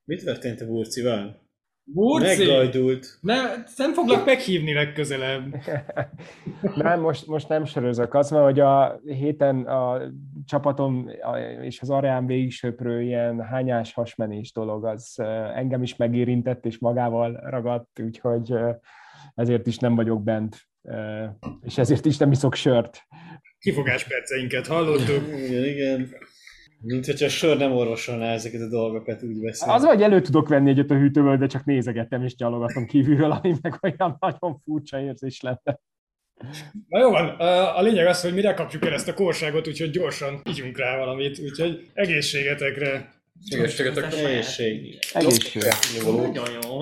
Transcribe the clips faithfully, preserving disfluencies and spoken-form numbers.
Mit történt a Burcival? Burci! Meggajdult. Ne, nem foglak meghívni legközelebb. Nem, most, most nem sörözök. Az van, hogy a héten a csapatom és az areán végig söprő ilyen hányás hasmenés dolog, az engem is megérintett és magával ragadt, úgyhogy ezért is nem vagyok bent, és ezért is nem iszok sört. Kifogásperceinket hallottuk. Igen, igen. Mint hogyha a sör nem orvosolná ezeket a dolgokat, úgy beszél. Az, hogy elő tudok venni egyet a hűtőből, de csak nézegettem és gyalogatom kívülről, ami meg olyan nagyon furcsa érzés lenne. Na jó van, a lényeg az, hogy mire kapjuk el ezt a korságot, úgyhogy gyorsan ígyunk rá valamit, úgyhogy egészségetekre. Egészségetekre. Egészség. Egészség. Nagyon jó.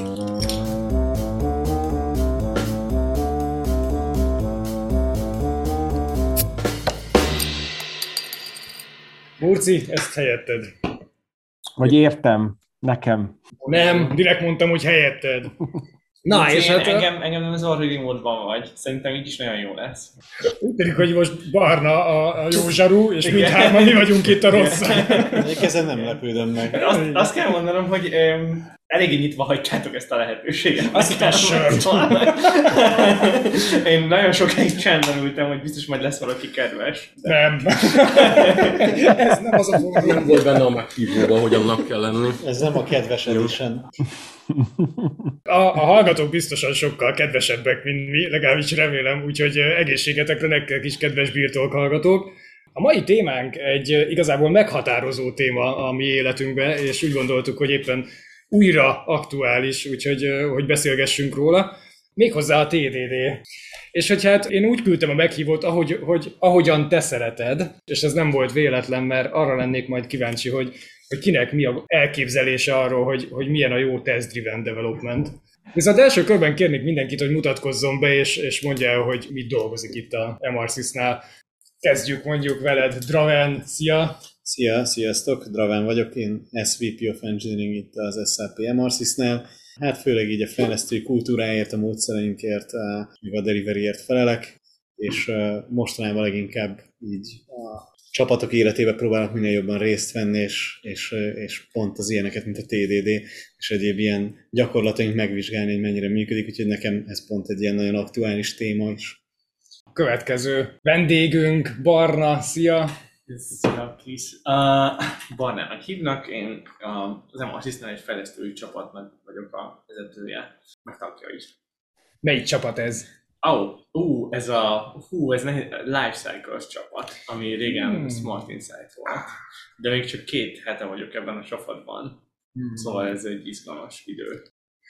Burci, ezt helyetted. Vagy értem, nekem. Nem, direkt mondtam, hogy helyetted. Na, és én, hát... engem, engem nem az orridi módban vagy. Szerintem így is nagyon jó lesz. Úgy tűnik, hogy most Barna a, a jó zsarú, és mindhárman mi vagyunk itt a rossz. Egyébként ezen nem lepődöm meg. Azt, azt kell mondanom, hogy um, eléggé nyitva hagyjátok ezt a lehetőséget. Azt hittem sört. Én nagyon sokáig csendben ültem, hogy biztos majd lesz valaki kedves. De... Nem. Ez nem az a forduló. Nem volt benne a meghívóban, hogy annak kell lenni. Ez nem a kedves edition. A, a hallgatók biztosan sokkal kedvesebbek, mint mi, legalábbis remélem, úgyhogy egészségetekre nektek kis kedves birtok hallgatók. A mai témánk egy igazából meghatározó téma a mi életünkben, és úgy gondoltuk, hogy éppen újra aktuális, úgyhogy hogy beszélgessünk róla, méghozzá a té dé dé. És hogy hát én úgy küldtem a meghívót, ahogy, hogy ahogyan te szereted, és ez nem volt véletlen, mert arra lennék majd kíváncsi, hogy, hogy kinek mi a elképzelése arról, hogy, hogy milyen a jó test-driven development. Viszont első körben kérnék mindenkit, hogy mutatkozzon be, és, és mondja el, hogy mit dolgozik itt a Emarsys-nál. Kezdjük mondjuk veled, Draven, szia! Szia, sziasztok, Draven vagyok, én es vé pé of Engineering itt az es á pé Emarsys-nál. Hát főleg így a fejlesztői kultúráért, a módszereinkért, még a deliveryért felelek, és mostanában leginkább így a csapatok életébe próbálok minél jobban részt venni, és, és, és pont az ilyeneket, mint a té dé dé, és egyéb ilyen gyakorlataink megvizsgálni, hogy mennyire működik, úgyhogy nekem ez pont egy ilyen nagyon aktuális téma is. Következő vendégünk, Barna, szia! Szia, Krisz. Uh, Barnának hívnak, én uh, az Emarsys-nál egy fejlesztői csapatnak vagyok a vezetője, meg tagja is. Melyik csapat ez? Ó, oh, uh, ez a hú, ez nehéz, Lifecycle-os csapat, ami régen hmm. Smart Insight volt, de még csak két hete vagyok ebben a csapatban, hmm. szóval ez egy izgalmas idő.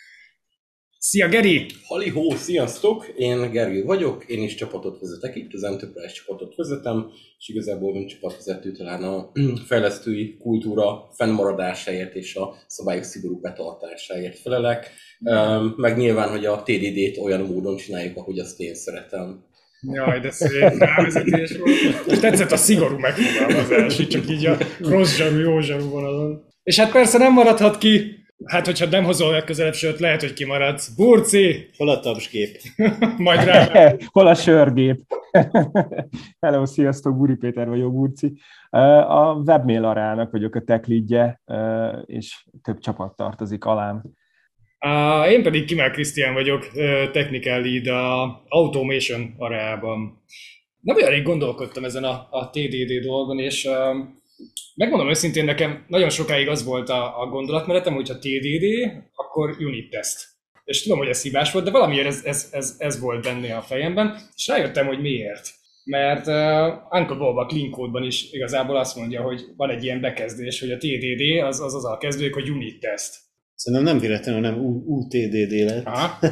Szia, Geri! Halihó, sziasztok! Én Gergő vagyok, én is csapatot vezetek itt, az Enterprise csapatot vezetem, és igazából mint csapatvezető talán a fejlesztői kultúra fennmaradásáért és a szabályok szigorú betartásáért felelek. Meg nyilván, hogy a té dé dét olyan módon csináljuk, ahogy azt én szeretem. Jaj, de szép rávezetés volt. És tetszett a szigorú megfogalmazás, így csak így a rossz zsarú, jó zsarú vonalon. És hát persze nem maradhat ki, hát hogyha nem hozol legközelebb sört, lehet, hogy kimaradsz. Burci! Hol a tapsgép? Majd rá. Hol a sörgép? Hello, sziasztok, Buri Péter vagyok, Burci. A Webmail arának vagyok a tech leadje, és több csapat tartozik alám. Uh, én pedig Kimel Krisztián vagyok, uh, technical lead a Automation areában. Nem olyan rég gondolkodtam ezen a, a té dé dé dolgon, és uh, megmondom őszintén, nekem nagyon sokáig az volt a, a gondolatmenetem, hogyha té dé dé, akkor unit test. És tudom, hogy ez hibás volt, de valamiért ez, ez, ez, ez volt benne a fejemben, és rájöttem, hogy miért. Mert uh, Uncle Bob a Clean Code-ban is igazából azt mondja, hogy van egy ilyen bekezdés, hogy a té dé dé az az, az a kezdődik, hogy unit test. Szerintem nem véletlenül, nem u té dé dé lett.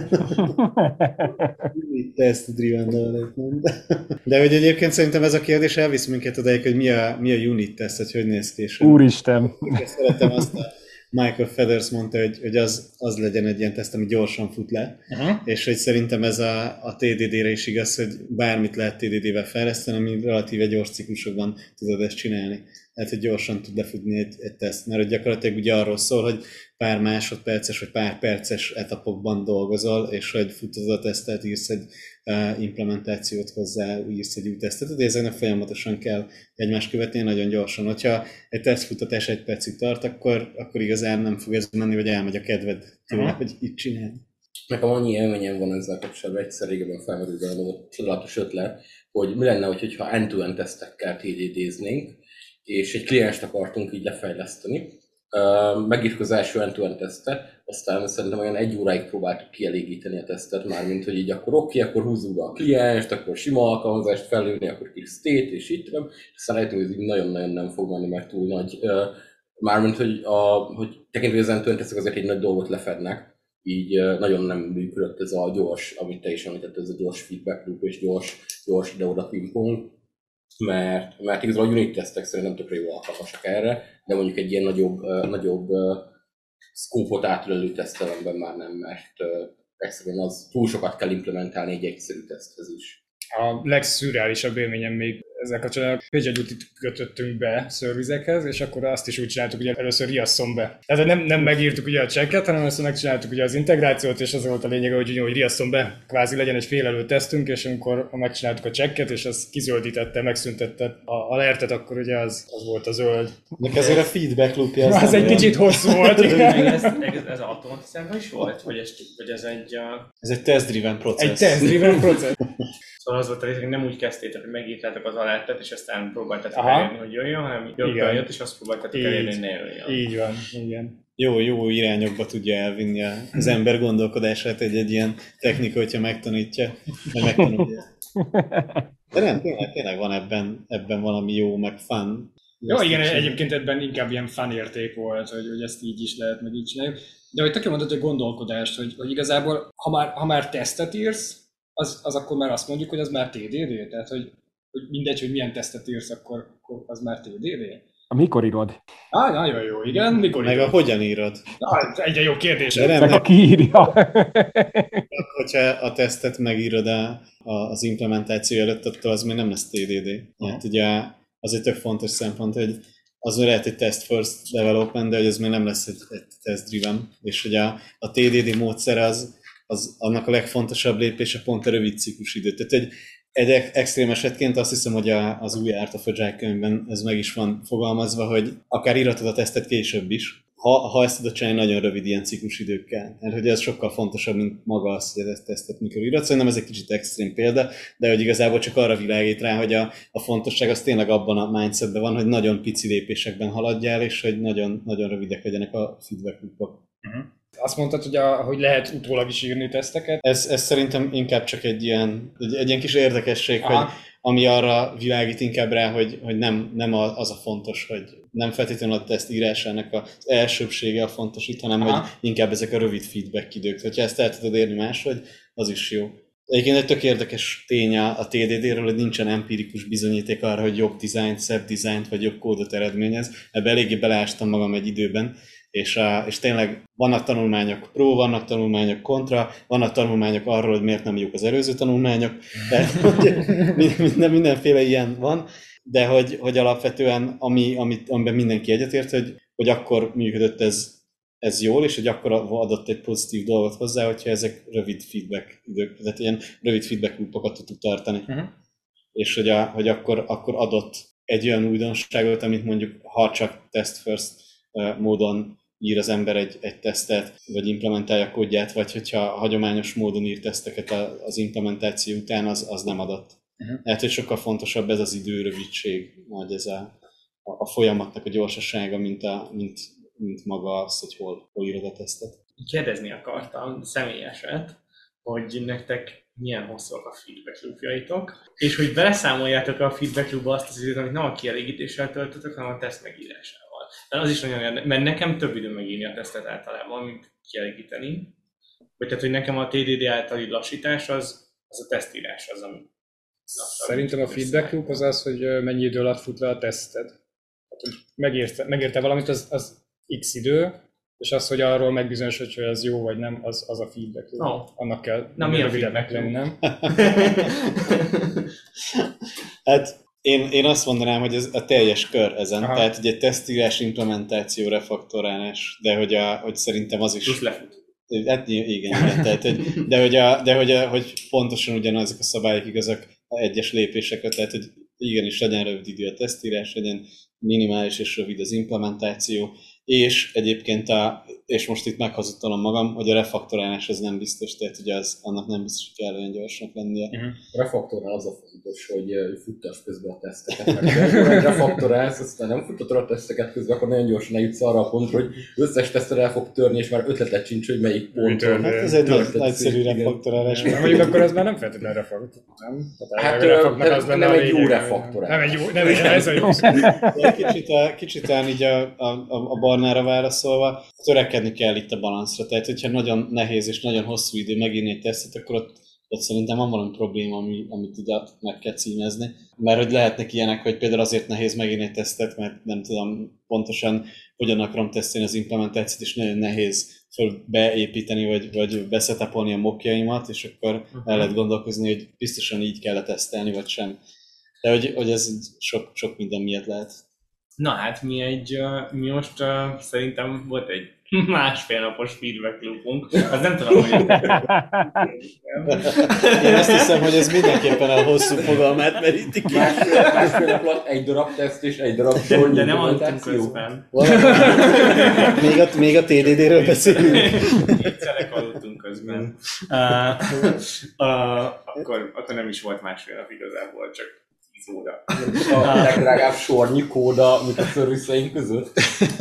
Test driven development. De hogy egyébként szerintem ez a kérdés elvisz minket odaig, hogy mi a, mi a unit test, hogy hogy néz ki. Úristen! Szeretem azt a Michael Feathers mondta, hogy, hogy az, az legyen egy ilyen teszt, ami gyorsan fut le. Uh-huh. És hogy szerintem ez a, a té dé dére is igaz, hogy bármit lehet té dé dével fejleszteni, ami relatíve gyors ciklusokban tudod ezt csinálni. lehet, hogy gyorsan tud lefutni egy, egy teszt, mert gyakorlatilag ugye arról szól, hogy pár másodperces vagy pár perces etapokban dolgozol, és hogy futod a tesztet, írsz egy uh, implementációt hozzá, írsz egy új tesztet, de ezeknek folyamatosan kell egymást követni nagyon gyorsan. Hogyha egy tesztfutatás egy percig tart, akkor, akkor igazán nem fog ez menni, vagy elmegy a kedved tőle, hogy itt csinálj. Nekem annyi élményem van ezzel kapcsolatban, egyszer régebben felmerült a csodálatos ötlet, hogy mi lenne, hogyha end-to-end tesztekkel té dé dé-znénk, és egy klienst akartunk így lefejleszteni. Uh, megírtuk az első end-to-end tesztet, aztán szerintem olyan egy óráig próbáltuk kielégíteni a tesztet, mármint, hogy így akkor oké, akkor húzzuk be a klienst, akkor sima alkalmazást felülni, akkor kis state, és így tudom, és aztán rájöttünk, hogy ez így nagyon-nagyon nem fog menni, mert túl nagy. Uh, mármint, hogy, a, hogy tekintve, hogy az end-to-end tesztek azért egy nagy dolgot lefednek, így uh, nagyon nem működött ez a gyors, amit te is említett, ez a gyors feedback loop és gyors, gyors ide-oda pingpong. Mert, mert igazából a unit tesztek szerintem tökre jól alkalmasak erre, de mondjuk egy ilyen nagyobb, uh, nagyobb uh, scope-ot átölelő tesztelemben már nem, mert uh, egyszerűen az túl sokat kell implementálni egy egyszerű teszthez is. A legszürreálisabb élményem még ezzel kapcsolatban, PagerDuty-t kötöttünk be szervizekhez, és akkor azt is úgy csináltuk, hogy először riasszon be. Tehát nem, nem megírtuk ugye a checket, hanem először megcsináltuk ugye az integrációt, és az volt a lényeg, hogy, hogy riasszon be, kvázi legyen egy félelő tesztünk, és amikor megcsináltuk a checket, és az kizöldítette, megszüntette a alertet, akkor ugye az, az volt a zöld. De ezért a feedback loopja az, az egy kicsit hosszú volt. ez, ez, ez automatizálva is volt? Vagy ez, vagy ez egy... Uh... Ez egy test-driven process. Egy test-driven process. Szóval az volt a rész, hogy nem úgy kezdtétek, hogy megírtátok az alertet, és aztán próbáltátok elérni, hogy jöjjön, hanem jobban jött, és azt próbáltátok elérni, hogy ne jöjjön. Így van, igen. Jó, jó irányokba tudja elvinni az ember gondolkodását egy, egy ilyen technika, hogyha megtanítja, vagy megtanulja. De nem, tényleg, tényleg van ebben, ebben valami jó, meg fun. Jó, igen, egyébként ebben inkább ilyen fun érték volt, hogy, hogy ezt így is lehet, meg így csináljuk. De hogy tök jól mondod, hogy gondolkodást, hogy, hogy igazából, ha már, ha már tesztet írsz, az, az akkor már azt mondjuk, hogy az már té dé dé? Tehát, hogy, hogy mindegy, hogy milyen tesztet írsz, akkor, akkor az már té dé dé? A mikor írod? Á, nagyon jó, igen, mikor Meg írod? a hogyan írod? Na, egyre jó kérdés. De nem, Meg a kiírja. hogyha a tesztet megírod a, a, az implementáció előtt, attól az még nem lesz té dé dé. Uh-huh. Hát ugye az egy tök fontos szempont, hogy az lehet egy test first development, de hogy az még nem lesz egy, egy test driven. És hogy a, a té dé dé módszer az, az annak a legfontosabb lépése pont a rövid ciklusidő. Tehát egy, egy extrém esetként azt hiszem, hogy a, az új Art of Agile könyvben ez meg is van fogalmazva, hogy akár írhatod a tesztet később is, ha, ha ezt tudod csinálni nagyon rövid ilyen ciklusidőkkel. Mert hogy ez sokkal fontosabb, mint maga az, hogy ezt tesztet mikor írod. Szerintem ez egy kicsit extrém példa, de hogy igazából csak arra világít rá, hogy a, a fontosság az tényleg abban a mindsetben van, hogy nagyon pici lépésekben haladjál, és hogy nagyon, nagyon rövidek legyenek a feedback loopok. Uh-huh. Azt mondtad, hogy, a, hogy lehet utólag is írni teszteket? Ez, ez szerintem inkább csak egy ilyen, egy, egy ilyen kis érdekesség, Aha. hogy ami arra világít inkább rá, hogy, hogy nem, nem az a fontos, hogy nem feltétlenül a teszt írásának az elsőbsége a fontos itt, hanem Aha. hogy inkább ezek a rövid feedback idők. Hogyha ezt el tudod érni máshogy, az is jó. Egyébként egy tök érdekes tény a té dé dé-ről, hogy nincsen empirikus bizonyíték arra, hogy jobb dizájnt, szebb dizájnt vagy jobb kódot eredményez. Ebbe eléggé beleástam magam egy időben, és, a, és tényleg vannak tanulmányok pro, vannak tanulmányok kontra, vannak tanulmányok arról, hogy miért nem jók az előző tanulmányok, de minden, mindenféle ilyen van, de hogy, hogy alapvetően ami, amit, amiben mindenki egyetért, hogy, hogy akkor működött ez, ez jól, és hogy akkor adott egy pozitív dolgot hozzá, hogyha ezek rövid feedback idők, tehát ilyen rövid feedback loopokat tud tartani. Uh-huh. És hogy, a, hogy akkor, akkor adott egy olyan újdonságot, amit mondjuk ha csak test first módon ír az ember egy, egy tesztet, vagy implementálja a kódját, vagy hogyha hagyományos módon ír teszteket az implementáció után, az, az nem adott. Uh-huh. Lehet, hogy sokkal fontosabb ez az időrövidség, vagy ez a, a folyamatnak a gyorsasága, mint, a, mint, mint maga az, hogy hol, hol írod a tesztet. Kérdezni akartam személyeset, hogy nektek milyen hosszúak a feedback loopjaitok, és hogy beleszámoljátok a feedback loopba azt az időt, amit nem a kielégítéssel töltötök, hanem a teszt megírásával. De az is nagyon érdekes, mert nekem több idő megírni a tesztet általában, mint kielégíteni. Vagy tehát, hogy nekem a té dé dé általi lassítás az, az a tesztírás az, ami lassabb. Szerintem a feedback loop az az, hogy mennyi idő alatt fut le a teszted. Tehát, hogy megérte, megérte valamit, az, az x idő, és az, hogy arról megbizonyosodj, hogy az jó vagy nem, az, az a feedback loop. Oh. Annak kell Na, mi a rövidebbnek lenni, nem? Hát Én, én azt mondanám, hogy ez a teljes kör ezen, Aha. tehát ugye tesztírás, implementáció, refaktorálás, de hogy, a, hogy szerintem az is... Plusz lefut. Hát igen, igen, tehát, hogy, de, hogy, a, de hogy, a, hogy pontosan ugyanazok a szabályok igazak a egyes lépésekre, tehát hogy igenis legyen rövid idő a tesztírás, legyen minimális és rövid az implementáció, és egyébként, a, és most itt meghazudtalom magam, hogy a refaktorálás az nem biztos, tehát hogy az, annak nem biztos, hogy kell olyan gyorsnak lennie. Uh-huh. Refaktornál az a fontos, hogy futtass közben a teszteket, mert ha refaktorálsz, aztán nem futtatod a teszteket közben, akkor nagyon gyorsan eljutsz arra a pontra, hogy összes teszted el fog törni, és már ötletet sincs, hogy melyik ponton. Hát ez egy nagy, nagyszerű refaktorálás. Mondjuk akkor ez már nem feltétlenül refaktor, nem? Hát ö, nem egy jó refaktorálás. Nem egy jó, nem egy, ez a jó. Kicsit, a, kicsit olyan így a, a, a Barnára válaszolva, törekedni kell itt a balanszra. Tehát, hogyha nagyon nehéz és nagyon hosszú idő megírni egy tesztet, akkor ott, ott szerintem van valami probléma, ami, amit ide meg kell címezni. Mert hogy lehetnek ilyenek, hogy például azért nehéz megírni egy tesztet, mert nem tudom pontosan, hogyan akarom tesztelni az implementációt, és nagyon nehéz föl beépíteni, vagy, vagy beszetapolni a mockjaimat, és akkor el lehet gondolkozni, hogy biztosan így kell tesztelni, vagy sem. De hogy, hogy ez sok, sok minden miatt lehet. Na hát mi egy, uh, mi most uh, szerintem volt egy másfél napos feedback loopunk, az nem tudom, hogy... Én azt hiszem, hogy ez mindenképpen a hosszú fogalmát meríti ki. Másfél nap alatt egy darab teszt és egy darab de, de nem aludtunk közben. még, a, még a té dé dé-ről beszélünk. Kétszerek aludtunk közben. Uh, uh, akkor, akkor nem is volt másfél nap igazából, csak óra. A legdrágább sornyi kóda, amit a szervizeink között.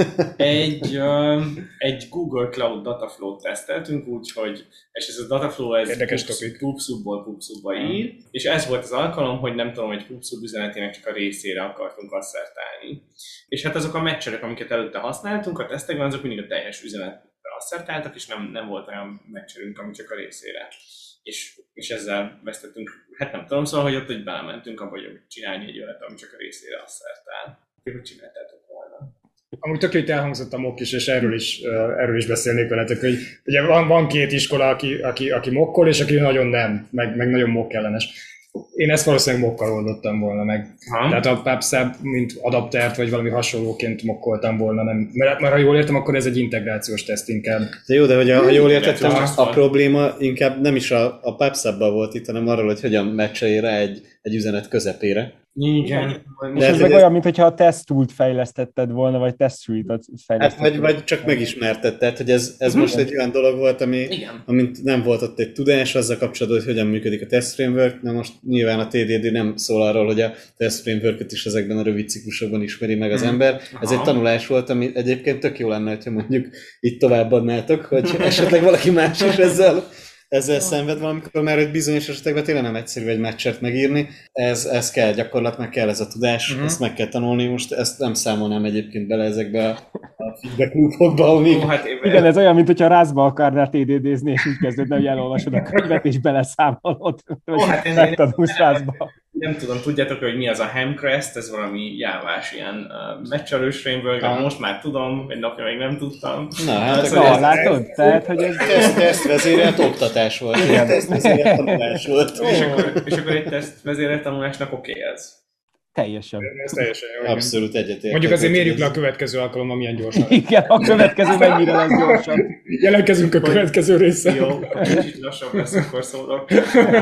Egy, um, egy Google Cloud Dataflow-t teszteltünk, úgyhogy, és ez a Dataflow ez PubSub-ból PubSub-ba ír, és ez volt az alkalom, hogy nem tudom, hogy PubSub üzenetének csak a részére akartunk asszertálni. És hát azok a matcherek, amiket előtte használtunk a tesztekben, azok mindig a teljes üzenetre asszertáltak, és nem, nem volt olyan matcherünk, ami csak a részére. És, és ezzel vesztettünk, hát nem tudom, szóval, hogy ott hogy belementünk abba, hogy csinálni egy olyat, ami csak a részére asszertál. Hogy csináltátok volna? Amúgy tök, hogy elhangzott a mock is, és erről is, erről is beszélnék veletek, hogy ugye van, van két iskola, aki, aki, aki mokkol, és aki nagyon nem, meg, meg nagyon mokk ellenes. Én ezt valószínűleg mokkal oldottam volna meg. Ha? Tehát a PubSub, mint adaptert, vagy valami hasonlóként mokkoltam volna. Nem. Mert, mert ha jól értem, akkor ez egy integrációs teszt inkább. De jó, de hogy a, ha jól értettem, a, a probléma inkább nem is a, a PubSub-ban volt itt, hanem arról, hogy hogyan matchelj rá egy, egy üzenet közepére. Igen. És ez meg olyan, mintha a test-tool-t fejlesztetted volna, vagy test-suite-ot fejlesztetted. Hát vagy, vagy csak megismertetted, hogy ez, ez most egy olyan dolog volt, ami, amint nem volt ott egy tudás azzal kapcsolatban, hogy hogyan működik a test framework. Na most nyilván a té dé dé nem szól arról, hogy a test framework-et is ezekben a rövid ciklusokban ismeri meg az ember. Ez egy tanulás volt, ami egyébként tök jó lenne, hogyha mondjuk itt továbbadnátok, hogy esetleg valaki más is ezzel ezzel szenved valamikor, mert hogy bizonyos esetekben tényleg nem egyszerű egy matchert megírni. Ez, ez kell gyakorlat, meg kell ez a tudás, uh-huh. ezt meg kell tanulni. Most ezt nem számolnám egyébként bele ezekbe a, a feedback loopokba, amíg... Oh, hát igen, ez olyan, mint hogyha rázba akarnál té dé dé-zni, és úgy kezdődne, hogy elolvasod a könyvet, és beleszámolod, hogy oh, hát megtanulsz rázba. Nem tudom, tudjátok, hogy mi az a Hemcrest, ez valami jávás ilyen uh, matchelős framework, ah. most már tudom, egy napja még nem tudtam. Na, hát akkor ez, látod? Ez, Tehát, hogy ez... Teszt, tesztvezérelt oktatás volt, ilyen tesztvezérelt tanulás volt. És akkor, és akkor egy tesztvezérelt tanulásnak oké okay ez. Teljesen. Ez teljesen jó. Abszolút egyetértek. Mondjuk azért mérjük le a következő alkalommal milyen gyorsan. Igen, a következő mennyire lesz gyorsan. Jelentkezünk a következő része. Jó, kicsit lassabb lesz, akkor szólok.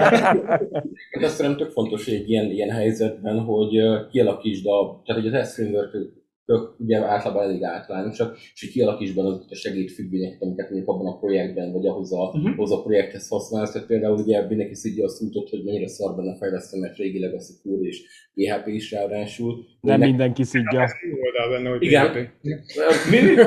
Ez szerintem tök fontos egy ilyen, ilyen helyzetben, hogy kialakítsd a, tehát hogy a test framework tök, ugye általában elég általánosak, és hogy kialakítsd be azokat a segédfüggvényeket, amiket mondjuk abban a projektben, vagy ahhoz a, uh-huh. ahhoz a projekthez használsz. Tehát például ugye mindenki szidja azt útot, hogy mennyire szar benne fejlesztem, mert régi legacy kód és pé há pé is ráadásul. Nem nek... mindenki szidja. Benne, hogy igen. Mi? Mi?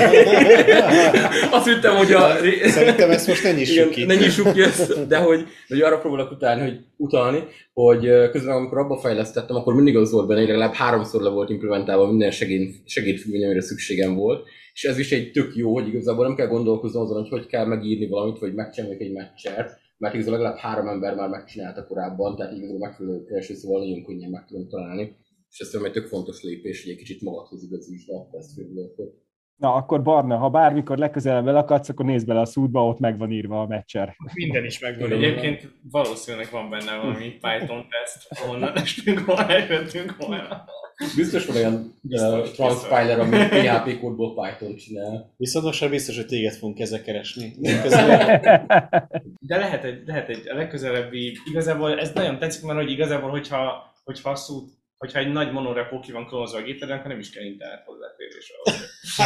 Azt hittem, hogy a... Szerintem ezt most ne nyissuk ki. Ne nyissuk ki ezt, de hogy, hogy arra próbálok utáni, hogy utalni, hogy közben amikor abba fejlesztettem, akkor mindig az volt benne, hogy legalább háromszor le volt implementálva minden segéd, segédfüggvény, amire szükségem volt. És ez is egy tök jó, hogy igazából nem kell gondolkoznom azon, hogy hogy kell megírni valamit, vagy megcsinálni egy matchert, mert igazából legalább három ember már megcsinálta korábban, tehát igazából megfelelő kereső, szóval nagyon könnyen meg tudom találni. És ez szerintem egy tök fontos lépés, hogy egy kicsit magadhoz igazítsd a test frameworkot. Na, akkor Barna, ha bármikor legközelebb elakadsz, akkor nézd bele a szútba, ott meg van írva a meccser. Minden is megvan. Egyébként valószínűleg van benne valami Python teszt, ahonnan estünk volna, eljöttünk volna. Biztos van olyan uh, transpiler, ami pé há pé kódból Python csinál. Viszont most sem biztos, hogy téged fogunk ezzel keresni. De lehet egy, lehet egy a legközelebbi, igazából ez nagyon tetszik, mert hogy igazából, hogyha, hogyha, szó, hogyha egy nagy monorepó ki van klónozva a gépeden, akkor nem is kell internet hozzáférés ahhoz.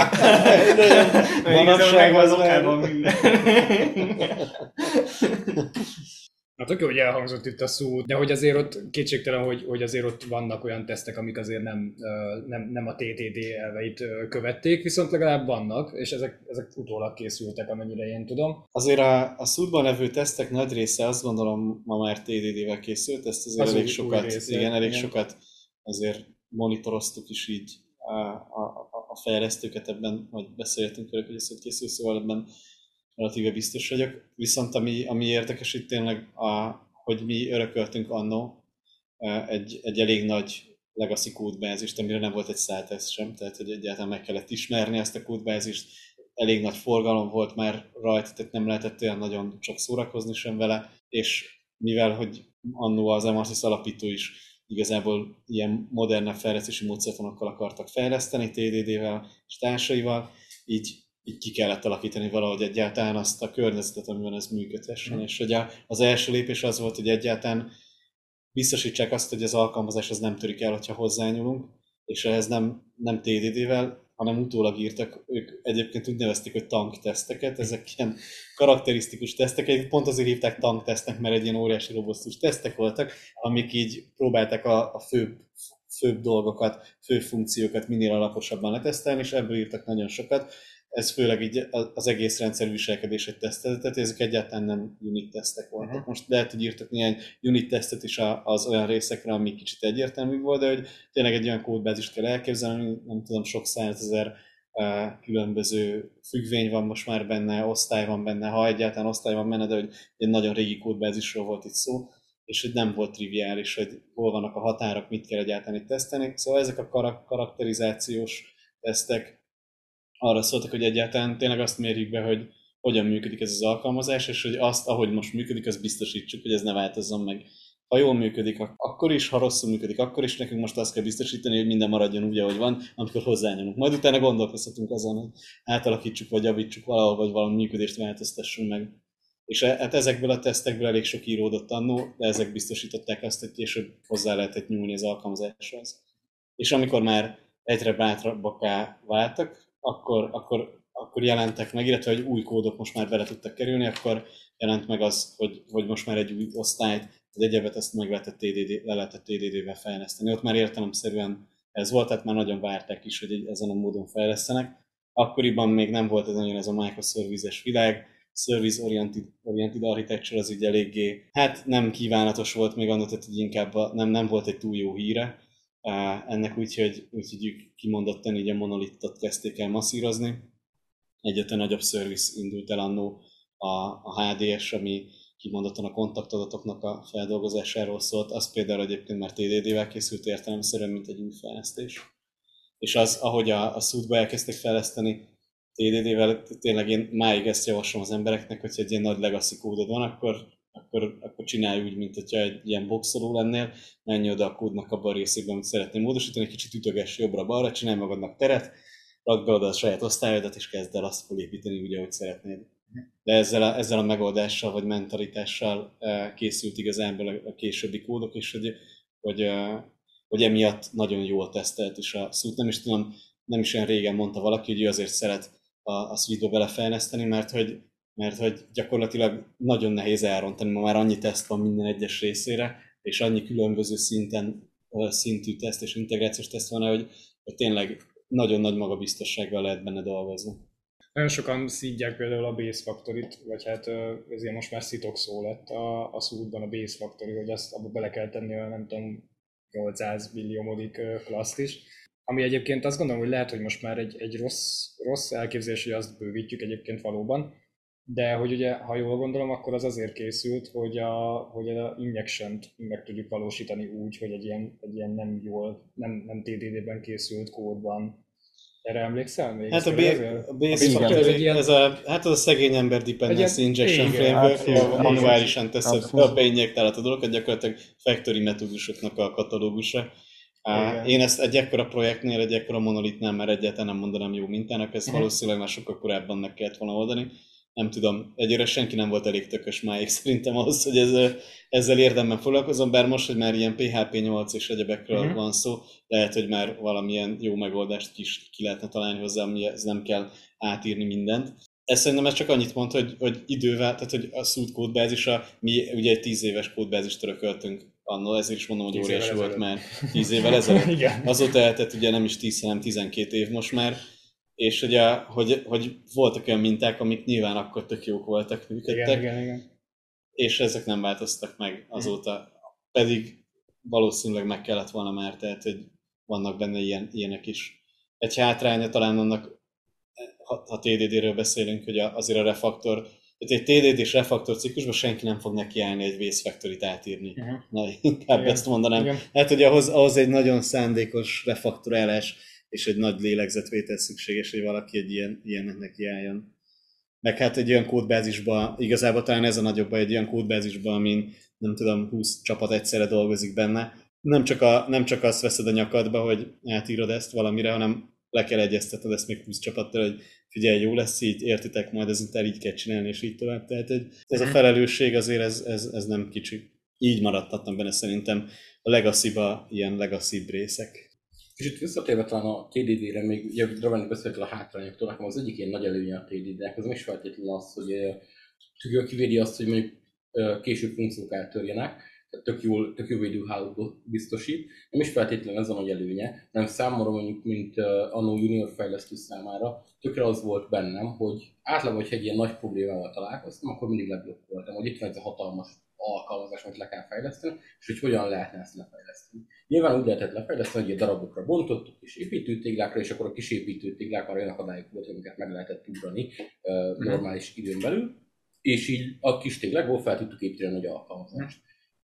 Manapság az lokálban minden. Hát oké, hogy elhangzott itt a szó, de hogy azért ott kétségtelen, hogy, hogy azért ott vannak olyan tesztek, amik azért nem, nem, nem a té té dé elveit követték, viszont legalább vannak, és ezek, ezek utólag készültek, amennyire én tudom. Azért a, a szútban levő tesztek nagy része azt gondolom ma már té dé dé-vel készült, ezt azért Az elég új- sokat, új része, igen, elég igen. sokat azért monitoroztuk is így a, a, a fejlesztőket ebben, vagy beszéltünk velük, hogy ez hogy készül, szóval ebben relatíve biztos vagyok. Viszont ami, ami érdekes itt tényleg, a, hogy mi örököltünk annó egy, egy elég nagy legacy kódbázist, amire nem volt egy szálteszt sem, tehát hogy egyáltalán meg kellett ismerni ezt a kódbázist, elég nagy forgalom volt már rajta, tehát nem lehetett olyan nagyon csak szórakozni sem vele, és mivel, hogy annó az Emarsis alapító is igazából ilyen modernebb fejlesztési módszertanokkal akartak fejleszteni, té dé dé-vel és társaival, így így ki kellett alakítani valahogy egyáltalán azt a környezetet, amiben ez működhessen. Mm. És ugye az első lépés az volt, hogy egyáltalán biztosítsák azt, hogy az alkalmazás az nem törik el, hogyha hozzányúlunk, és ehhez nem, nem té dé dé-vel, hanem utólag írtak, ők egyébként úgy nevezték, hogy tankteszteket, ezek ilyen karakterisztikus tesztek, pont azért hívták tanktesztnek, mert egy ilyen óriási robosztus tesztek voltak, amik így próbálták a, a főbb, főbb dolgokat, főbb funkciókat minél alaposabban letesztelni, és ebből írtak nagyon sokat. Ez főleg így az egész rendszer viselkedését tesztelte, tehát ezek egyáltalán nem unit tesztek voltak. Uh-huh. Most lehet, hogy írtak néhány unit tesztet is az olyan részekre, ami kicsit egyértelmű volt, de hogy tényleg egy olyan kódbázist kell elképzelni, nem tudom, sok százezer uh, különböző függvény van most már benne, osztály van benne, ha egyáltalán osztály van benne, de hogy egy nagyon régi kódbázisról volt itt szó, és hogy nem volt triviális, hogy hol vannak a határok, mit kell egyáltalán itt tesztelni. Szóval ezek a karak- karakterizációs tesztek arra szóltak, hogy egyáltalán tényleg azt mérjük be, hogy hogyan működik ez az alkalmazás, és hogy azt, ahogy most működik, azt biztosítsuk, hogy ez ne változzon meg. Ha jól működik, akkor is, ha rosszul működik, akkor is, nekünk most azt kell biztosítani, hogy minden maradjon úgy, ahogy van, amikor hozzányúlunk. Majd utána gondolkozhatunk azon, hogy átalakítsuk, vagy javítsuk valahol, vagy valami működést változtassunk meg. És hát ezekből a tesztekből elég sok íródott annó, de ezek biztosították azt, hogy később hozzá lehetett nyúlni az alkalmazáshoz. És amikor már egyre bátrabbakká váltak, Akkor, akkor, akkor jelentek meg, illetve hogy új kódok most már bele tudtak kerülni, akkor jelent meg az, hogy, hogy most már egy új osztályt, egy egyebet ezt meg lehetett té dé dé, le lehetett té dé dé-vel fejleszteni. Ott már értelemszerűen ez volt, tehát már nagyon várták is, hogy ezen a módon fejlesztenek. Akkoriban még nem volt ez nagyon ez a microservice-es világ, service-oriented oriented architecture az így eléggé, hát nem kívánatos volt még annak, tehát inkább a, nem, nem volt egy túl jó híre. Uh, ennek úgyhogy úgy, ők kimondottan így a monolitot kezdték el masszírozni. Egyetlen nagyobb service indult el annó a, a há dé es, ami kimondottan a kontaktadatoknak a feldolgozásáról szólt. Az például egyébként már té dé dé-vel készült értelemszerűen, mint egy új fejlesztés. És az, ahogy a, a szútba elkezdték fejleszteni té dé dé-vel, tényleg én máig ezt javaslom az embereknek, hogyha egy ilyen nagy legacy kódod van, akkor Akkor, akkor csinálj úgy, mint hogyha egy ilyen boxoló lennél, menj oda a kódnak abban a részében, amit szeretnél módosítani, kicsit ütögess jobbra-balra, csinálj magadnak teret, rakd be oda a saját osztályodat, és kezd el azt felépíteni úgy, ahogy szeretnéd. De ezzel a, ezzel a megoldással, vagy mentalitással készült igazából a későbbi kódok, és hogy, hogy, hogy emiatt nagyon jól tesztelt is a szút. Nem is tudom, nem is olyan régen mondta valaki, hogy ő azért szeret a, a Sweetbe belefejleszteni, mert hogy mert hogy gyakorlatilag nagyon nehéz elrontani, ma már annyi teszt van minden egyes részére, és annyi különböző szinten, szintű teszt és integrációs teszt van, hogy, hogy tényleg nagyon nagy magabiztossággal lehet benne dolgozni. Nagyon sokan szídják például a Base Factory-t, vagy hát ezért most már szitok szó lett a, a szútban a Base Factory, hogy azt abba bele kell tenni a nem tudom nyolcszáz milliómodik klasszt is. Ami egyébként azt gondolom, hogy lehet, hogy most már egy, egy rossz, rossz elképzelés, hogy azt bővítjük egyébként valóban, de hogy ugye, ha jól gondolom, akkor az azért készült, hogy a, hogy a injection-t meg tudjuk valósítani úgy, hogy egy ilyen, egy ilyen nem jól, nem, nem té dé dé-ben készült kódban Erre emlékszel még? Hát a, B, a Base Igen. Factory, Ez egy ilyen- ez a, hát az a szegény ember dependency Egy ilyen- injection igen, framework, abszolút, ahol abszolút. manuálisan teszed, Abszolút. beinjektálod a dolgokat, gyakorlatilag factory metódusoknak a katalógusa. Á, Igen. Én ezt egy ekkora projektnél, egy ekkora monolitnál már egyáltalán nem mondanám jó mintának, ezt Uh-huh. valószínűleg már sokkal korábban meg kellett volna oldani. Nem tudom, egyre senki nem volt elég tökös máig szerintem ahhoz, hogy ezzel, ezzel érdemben foglalkozom, bár most, hogy már ilyen pé há pé nyolc és egyebekről Uh-huh. van szó, lehet, hogy már valamilyen jó megoldást is ki lehetne találni hozzá, ami ez nem kell átírni mindent. Ez szerintem ez csak annyit mond, hogy, hogy idővel, tehát hogy a Suite kódbázisa, mi ugye egy tíz éves kódbázist örököltünk annól, ezért is mondom, hogy Tíz óriási évvel volt ezelőtt. már tíz évvel ezelőtt. Igen. Azóta eltett ugye nem is tíz, hanem tizenkét év most már, és ugye, hogy, hogy voltak olyan minták, amik nyilván akkor tök jók voltak, működtek, Igen, igen, igen. és ezek nem változtak meg azóta, pedig valószínűleg meg kellett volna már, tehát hogy vannak benne ilyen, ilyenek is. Egy hátránya talán annak, ha, ha té dé dé-ről beszélünk, hogy azért a refaktor, tehát egy té dé dés refaktor ciklusban senki nem fog nekiállni egy Waste Factory-t átírni. Uh-huh. Na, inkább Igen. ezt mondanám. Igen. Hát, hogy ahhoz, ahhoz egy nagyon szándékos refaktorálás és egy nagy lélegzetvétel szükséges, hogy valaki egy ilyen, ilyennek nekiálljon. Meg hát egy olyan kódbázisban, igazából talán ez a nagyobb baj, egy olyan kódbázisban, amin nem tudom, húsz csapat egyszerre dolgozik benne. Nem csak, a, nem csak azt veszed a nyakadba, hogy átírod ezt valamire, hanem le kell egyeztetned ezt még húsz csapattal, hogy figyelj, jó lesz így, értitek, majd ezután így kell csinálni, és így tovább. Tehát ez a felelősség azért ez, ez, ez nem kicsi. Így maradtatnak benne szerintem a legacy-ba ilyen legacy részek. És itt visszatérve talán a té dé dé-re, még ugye Draven beszélt a hátrányoktól, nekem az egyik ilyen nagy előnye a té dé dé-nek, az nem is feltétlenül az, hogy tök kivédi azt, hogy mondjuk ö, később funkciók eltörjenek, tehát tök jól, tök jó védőhálót biztosít, nem is feltétlenül ez a nagy előnye, hanem számomra mondjuk, mint uh, annó junior fejlesztő számára, tökre az volt bennem, hogy általában, hogyha egy ilyen nagy problémával találkoztam, akkor mindig leblokkoltam, hogy itt van ez a hatalmas alkalmazás, amit le kell fejleszteni, és hogy hogyan lehetne ezt lefejleszteni. Nyilván úgy lehetett lefejleszteni, hogy a darabokra bontottuk, és építőtéglákra, és akkor a kis építőtéglák már olyan akadályok volt, amiket meg lehetett ugrani uh, normális időn belül, és így a kis téglákból fel tudtuk építeni a nagy alkalmazást.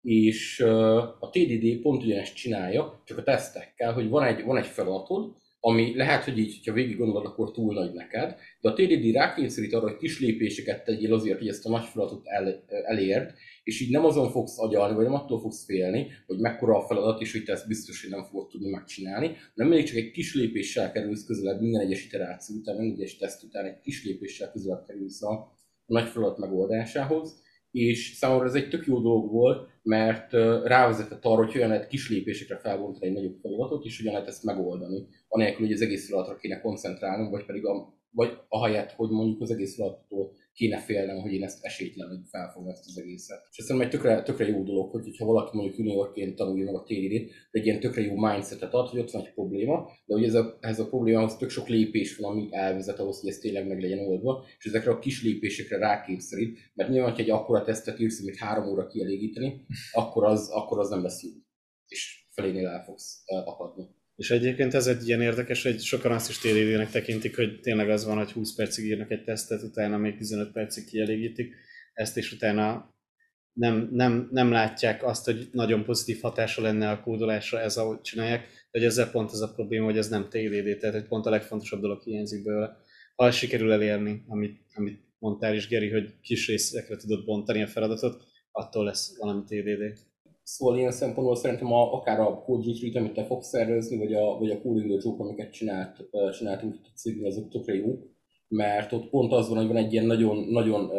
És uh, a té dé dé pont ugyanezt csinálja, csak a tesztekkel, hogy van egy, van egy feladatod, ami lehet, hogy így, ha végig gondolod, akkor túl nagy neked, de a té dé dé rákényszerít arra, hogy kis lépéseket tegyél azért, hogy ezt a nagy feladatot el, elérd, és így nem azon fogsz agyalni, vagy nem attól fogsz félni, hogy mekkora a feladat, és hogy te ezt biztos, hogy nem fogod tudni megcsinálni, hanem mindig csak egy kis lépéssel kerülsz közelebb minden egyes iteráció után, minden egyes teszt után egy kis lépéssel közelebb kerülsz a, a nagy feladat megoldásához. És számomra ez egy tök jó dolog volt, mert rávezetett arra, hogy olyan lehet kis lépésekre felbontani egy nagyobb feladatot, és hogyan lehet ezt megoldani, anélkül, hogy az egész feladatra kéne koncentrálnom, vagy pedig a, vagy ahelyett, hogy mondjuk az egész feladattól kéne félnem, hogy én ezt esélytelenül felfogom ezt az egészet. És ezt egy tökre, tökre jó dolog, hogy ha valaki mondjuk juniorként tanulja meg a té dé dét, de egy ilyen tökre jó mindsetet ad, hogy ott van egy probléma, de hogy ez a, ez a problémához tök sok lépés van, ami elvezet ahhoz, hogy ez tényleg meg legyen oldva, és ezekre a kis lépésekre rákényszerít, mert nyilván, ha egy akkora tesztet írsz, amit három óra kielégíteni, akkor az, akkor az nem lesz jó, és felénél el fogsz akadni. És egyébként ez egy ilyen érdekes, hogy sokan azt is té dé dé-nek tekintik, hogy tényleg az van, hogy húsz percig írnak egy tesztet, utána még tizenöt percig kielégítik ezt, és utána nem, nem, nem látják azt, hogy nagyon pozitív hatása lenne a kódolásra ez, ahogy csinálják, de hogy ezzel pont az a probléma, hogy ez nem té dé dé, tehát hogy pont a legfontosabb dolog hiányzik belőle. Ha sikerül elérni, amit, amit mondtál is, Geri, hogy kis részekre tudod bontani a feladatot, attól lesz valami té dé dé. Szóval ilyen szempontból szerintem a, akár a code retreat, amit te fogsz szervezni, vagy a, vagy a coding dojo, amiket csinált, csináltunk itt a cégnél, azok tökre jók, mert ott pont az van, hogy van egy ilyen nagyon, nagyon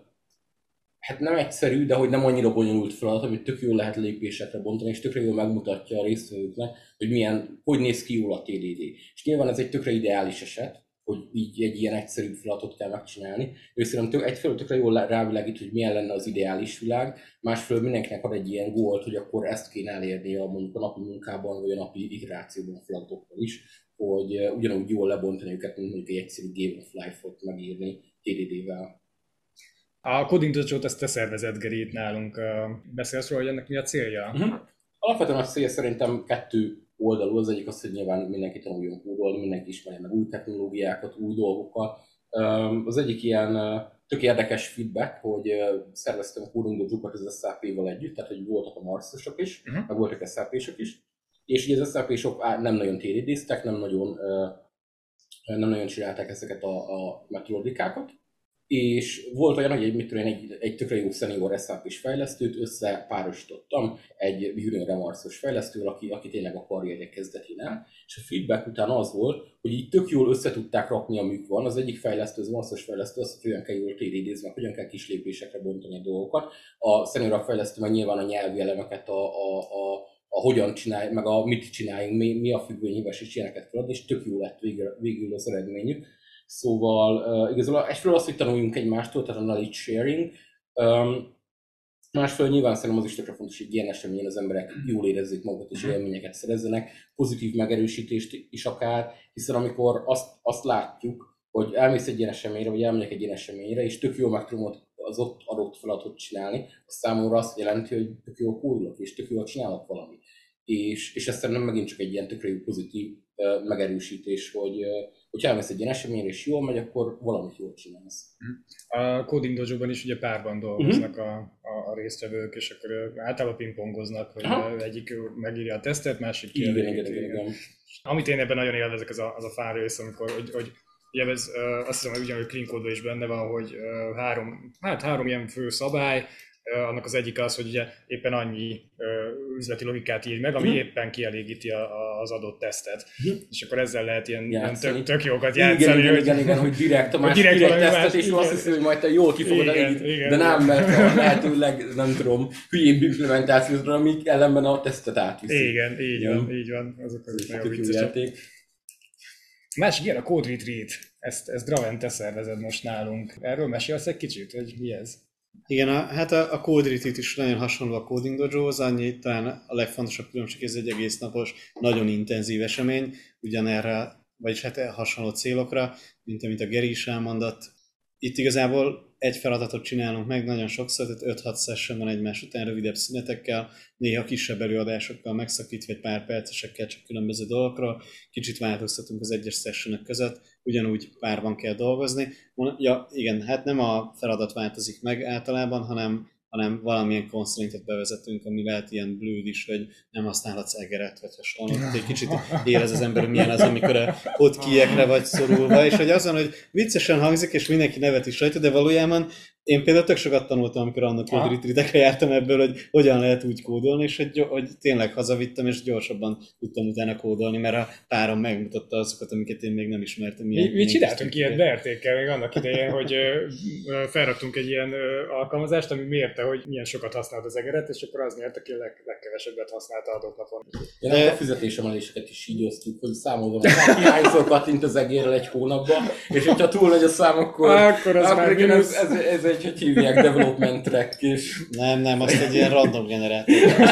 hát nem egyszerű, de hogy nem annyira bonyolult feladat, amit tök jól lehet lépésekre bontani, és tökre jól megmutatja a résztvevőknek, hogy milyen, hogy néz ki jól a té dé dé. És nyilván ez egy tökre ideális eset, hogy így egy ilyen egyszerű feladatot kell megcsinálni. Ő szerintem egyfelől tökre jól rávilágít, hogy milyen lenne az ideális világ, másfelől mindenkinek ad egy ilyen gólt, hogy akkor ezt kéne elérni a, mondjuk a napi munkában, vagy a napi iterációban a feladatokkal is, hogy ugyanúgy jól lebontani őket, mint mondjuk egy egyszerű Game of Life-ot megírni té dé dé-vel. A Coding Dojo-t ezt te szervezed, Geri, itt nálunk. Beszélsz róla, hogy ennek mi a célja? Uh-huh. Alapvetően a célja szerintem kettő oldalú, az egyik az, hogy nyilván mindenki tanuljon kódolni, mindenki ismerje meg új technológiákat, új dolgokat. Az egyik ilyen tök érdekes feedback, hogy szerveztem a Coding Dojo-kat az es á pé-val együtt, tehát hogy voltak a marszosok is, uh-huh. meg voltak es á pé-sok is, és így az es á pé-sok nem nagyon té dé dé-ztek, nem nagyon nem nagyon csinálták ezeket a, a metodikákat, és volt olyan, hogy egy, mit tudom, egy, egy tökre jó senior es á pés fejlesztőt összepárosítottam egy junior remarszos fejlesztővel, aki, aki tényleg a karrierje kezdetén el, és a feedback után az volt, hogy így tök jól össze tudták rakni, amik van. Az egyik fejlesztő, az marszos fejlesztő, azt, hogy hogyan kell jól té dé dé-zni, hogyan kell kis lépésekre bontani a dolgokat. A senior fejlesztő meg nyilván a nyelvi elemeket, a, a, a, a hogyan csinálj, meg a mit csináljunk, mi, mi a függvényhívás és ilyeneket feladni, és tök jó lett végül, végül az eredményük. Szóval uh, igazából egyfelől az, hogy tanuljunk egymástól, tehát a knowledge sharing. Um, másfelől nyilván szerintem az is tökre fontos, hogy ilyen eseményen az emberek jól érezzék magukat és élményeket szerezzenek, pozitív megerősítést is akár, hiszen amikor azt, azt látjuk, hogy elmész egy ilyen eseményre, vagy elmegyek egy ilyen eseményre, és tök jól meg tudom az ott adott feladatot csinálni, az számomra azt jelenti, hogy tök jól kódolok, és tök jól csinálok valamit. És, és ez szerintem megint csak egy ilyen tökre jó pozitív uh, megerősítés, hogy uh, hogyha elmész egy ilyen eseményre és jól megy, akkor valamit jól csinálsz. A Coding Dojo-ban is ugye párban dolgoznak uh-huh. a, a, a résztvevők, és akkor általában pingpongoznak, hogy Aha. egyik megírja a tesztet, másik kielégíti. Amit én ebben nagyon élvezek, az a, az a fán rész, amikor, hogy, hogy ugye ez, azt hiszem, hogy ugyanúgy Clean Code-ban is benne van, hogy három, hát három ilyen fő szabály, annak az egyik az, hogy ugye éppen annyi uh, üzleti logikát ír meg, ami hmm. éppen kielégíti a, a, az adott tesztet. Hmm. És akkor ezzel lehet ilyen, ilyen tök, tök jókat játszani. Igen, hogy, igen, igen, hogy direkt a másik direkt, direkt tesztet, más, és igen. Azt hiszem, hogy majd te jól ki fogod elégíteni, de nem, mert a lehetőleg, nem tudom, hülyébb implementációra, amik ellenben a tesztet átviszik. Igen, így igen. van, így van. Azok az nagyon viccesek. Másik ilyen a Code Retreat. Ezt, ezt Draven, te szervezed most nálunk. Erről mesélsz egy kicsit, hogy mi ez? Igen, a, hát a, a Code Retreat is nagyon hasonló a Coding Dojohoz, annyi talán a legfontosabb különbség, ez egy egész napos, nagyon intenzív esemény, ugyanerre, vagyis hát hasonló célokra, mint amit a Geri is elmondott. Itt igazából egy feladatot csinálunk meg nagyon sokszor, tehát öt-hat session van egymás után rövidebb szünetekkel, néha kisebb előadásokkal megszakítva, egy pár percesekkel csak különböző dolgokról, kicsit változtatunk az egyes sessionok között, ugyanúgy párban kell dolgozni. Ja, igen, hát nem a feladat változik meg általában, hanem, hanem valamilyen constraintet bevezetünk, ami lehet ilyen blőd is, hogy nem használhatsz egeret, vagy hasonló. Egy kicsit érez az ember, milyen az, amikor a hotkeykre vagy szorulva, és hogy azon, hogy viccesen hangzik, és mindenki nevet is rajta, de valójában én például tök sokat tanultam, amikor annak Code Retreatekre jártam ebből, hogy hogyan lehet úgy kódolni, és hogy, hogy tényleg hazavittem, és gyorsabban tudtam utána kódolni, mert a párom megmutatta azokat, amiket én még nem ismertem. Mi, mi csináltunk ilyet Bertékkel még annak idején, hogy felraktunk egy ilyen alkalmazást, ami mérte, hogy milyen sokat használt az egeret, és akkor az nyert, aki a leg, legkevesebbet használta adott napon. Ja, de... a fizetésemeléseket is így osztjuk, hogy számolom, hogy hányszor kattint az egérrel egy hónapban, és hogyha túl nagy a szám, akkor, akkor, az akkor igen, ez, ez, ez egy, hogy hívják, development track is. Nem, nem, azt egy ilyen random generátor.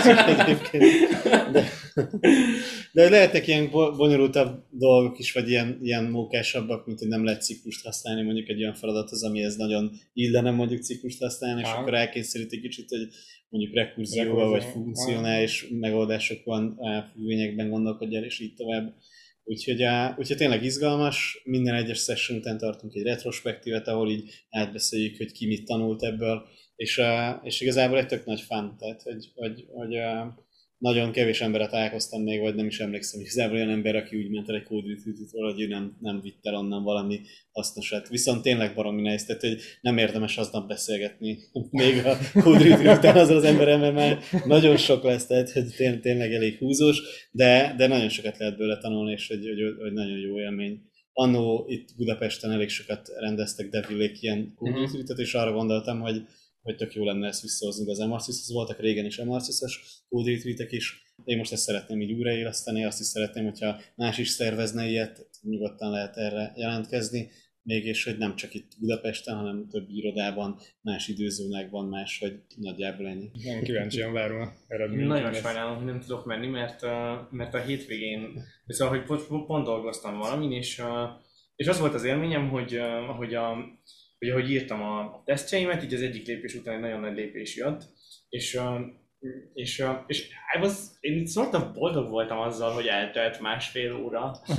De, de lehetnek ilyen bonyolultabb dolgok is, vagy ilyen, ilyen mókásabbak, mint hogy nem lehet ciklust használni mondjuk egy olyan feladathoz, amihez nagyon illene mondjuk ciklust használni, és akkor elkényszerít egy kicsit, hogy mondjuk rekurzióval vagy funkcionális megoldások van függvényekben gondolkodjál, és így tovább. Úgyhogy, a, úgyhogy tényleg izgalmas, minden egyes session után tartunk egy retrospektívet, ahol így átbeszéljük, hogy ki mit tanult ebből, és, a, és igazából egy tök nagy fun, tehát hogy, hogy, hogy a, nagyon kevés emberre találkoztam még, vagy nem is emlékszem, hogy igazából olyan ember, aki úgy ment el egy Code Retreat-ről, hogy ő nem, nem vitt el onnan valami hasznosat. Viszont tényleg baromi nehéz, tehát hogy nem érdemes aznap beszélgetni még a Code Retreat után azzal az emberrel, mert már nagyon sok lesz, tehát hogy tény, tényleg elég húzós, de, de nagyon sokat lehet bőle tanulni, és hogy, hogy, hogy nagyon jó élmény. Annó itt Budapesten elég sokat rendeztek devilék ilyen Code Retreatet, és arra gondoltam, hogy hogy tök jó lenne ezt visszahozni az Emarcishoz. Voltak régen is Emarcisos Code Retreatek is. Én most ezt szeretném így újraéleszteni, azt is szeretném, hogyha más is szervezne ilyet, nyugodtan lehet erre jelentkezni. Még és hogy nem csak itt Budapesten, hanem több irodában, más időzónákban, más, hogy nagyjából ennyi. Nagyon kíváncsian várom a eredményt. Nagyon sajnálom, hogy nem tudok menni, mert, mert a hétvégén, szóval, hogy pont, pont dolgoztam valamin, és, és az volt az élményem, hogy, hogy a Ugye, hogy írtam a tesztjeimet, így az egyik lépés után egy nagyon nagy lépés jött, és uh, És, uh, és I was, én szorta boldog voltam azzal, hogy eltelt másfél óra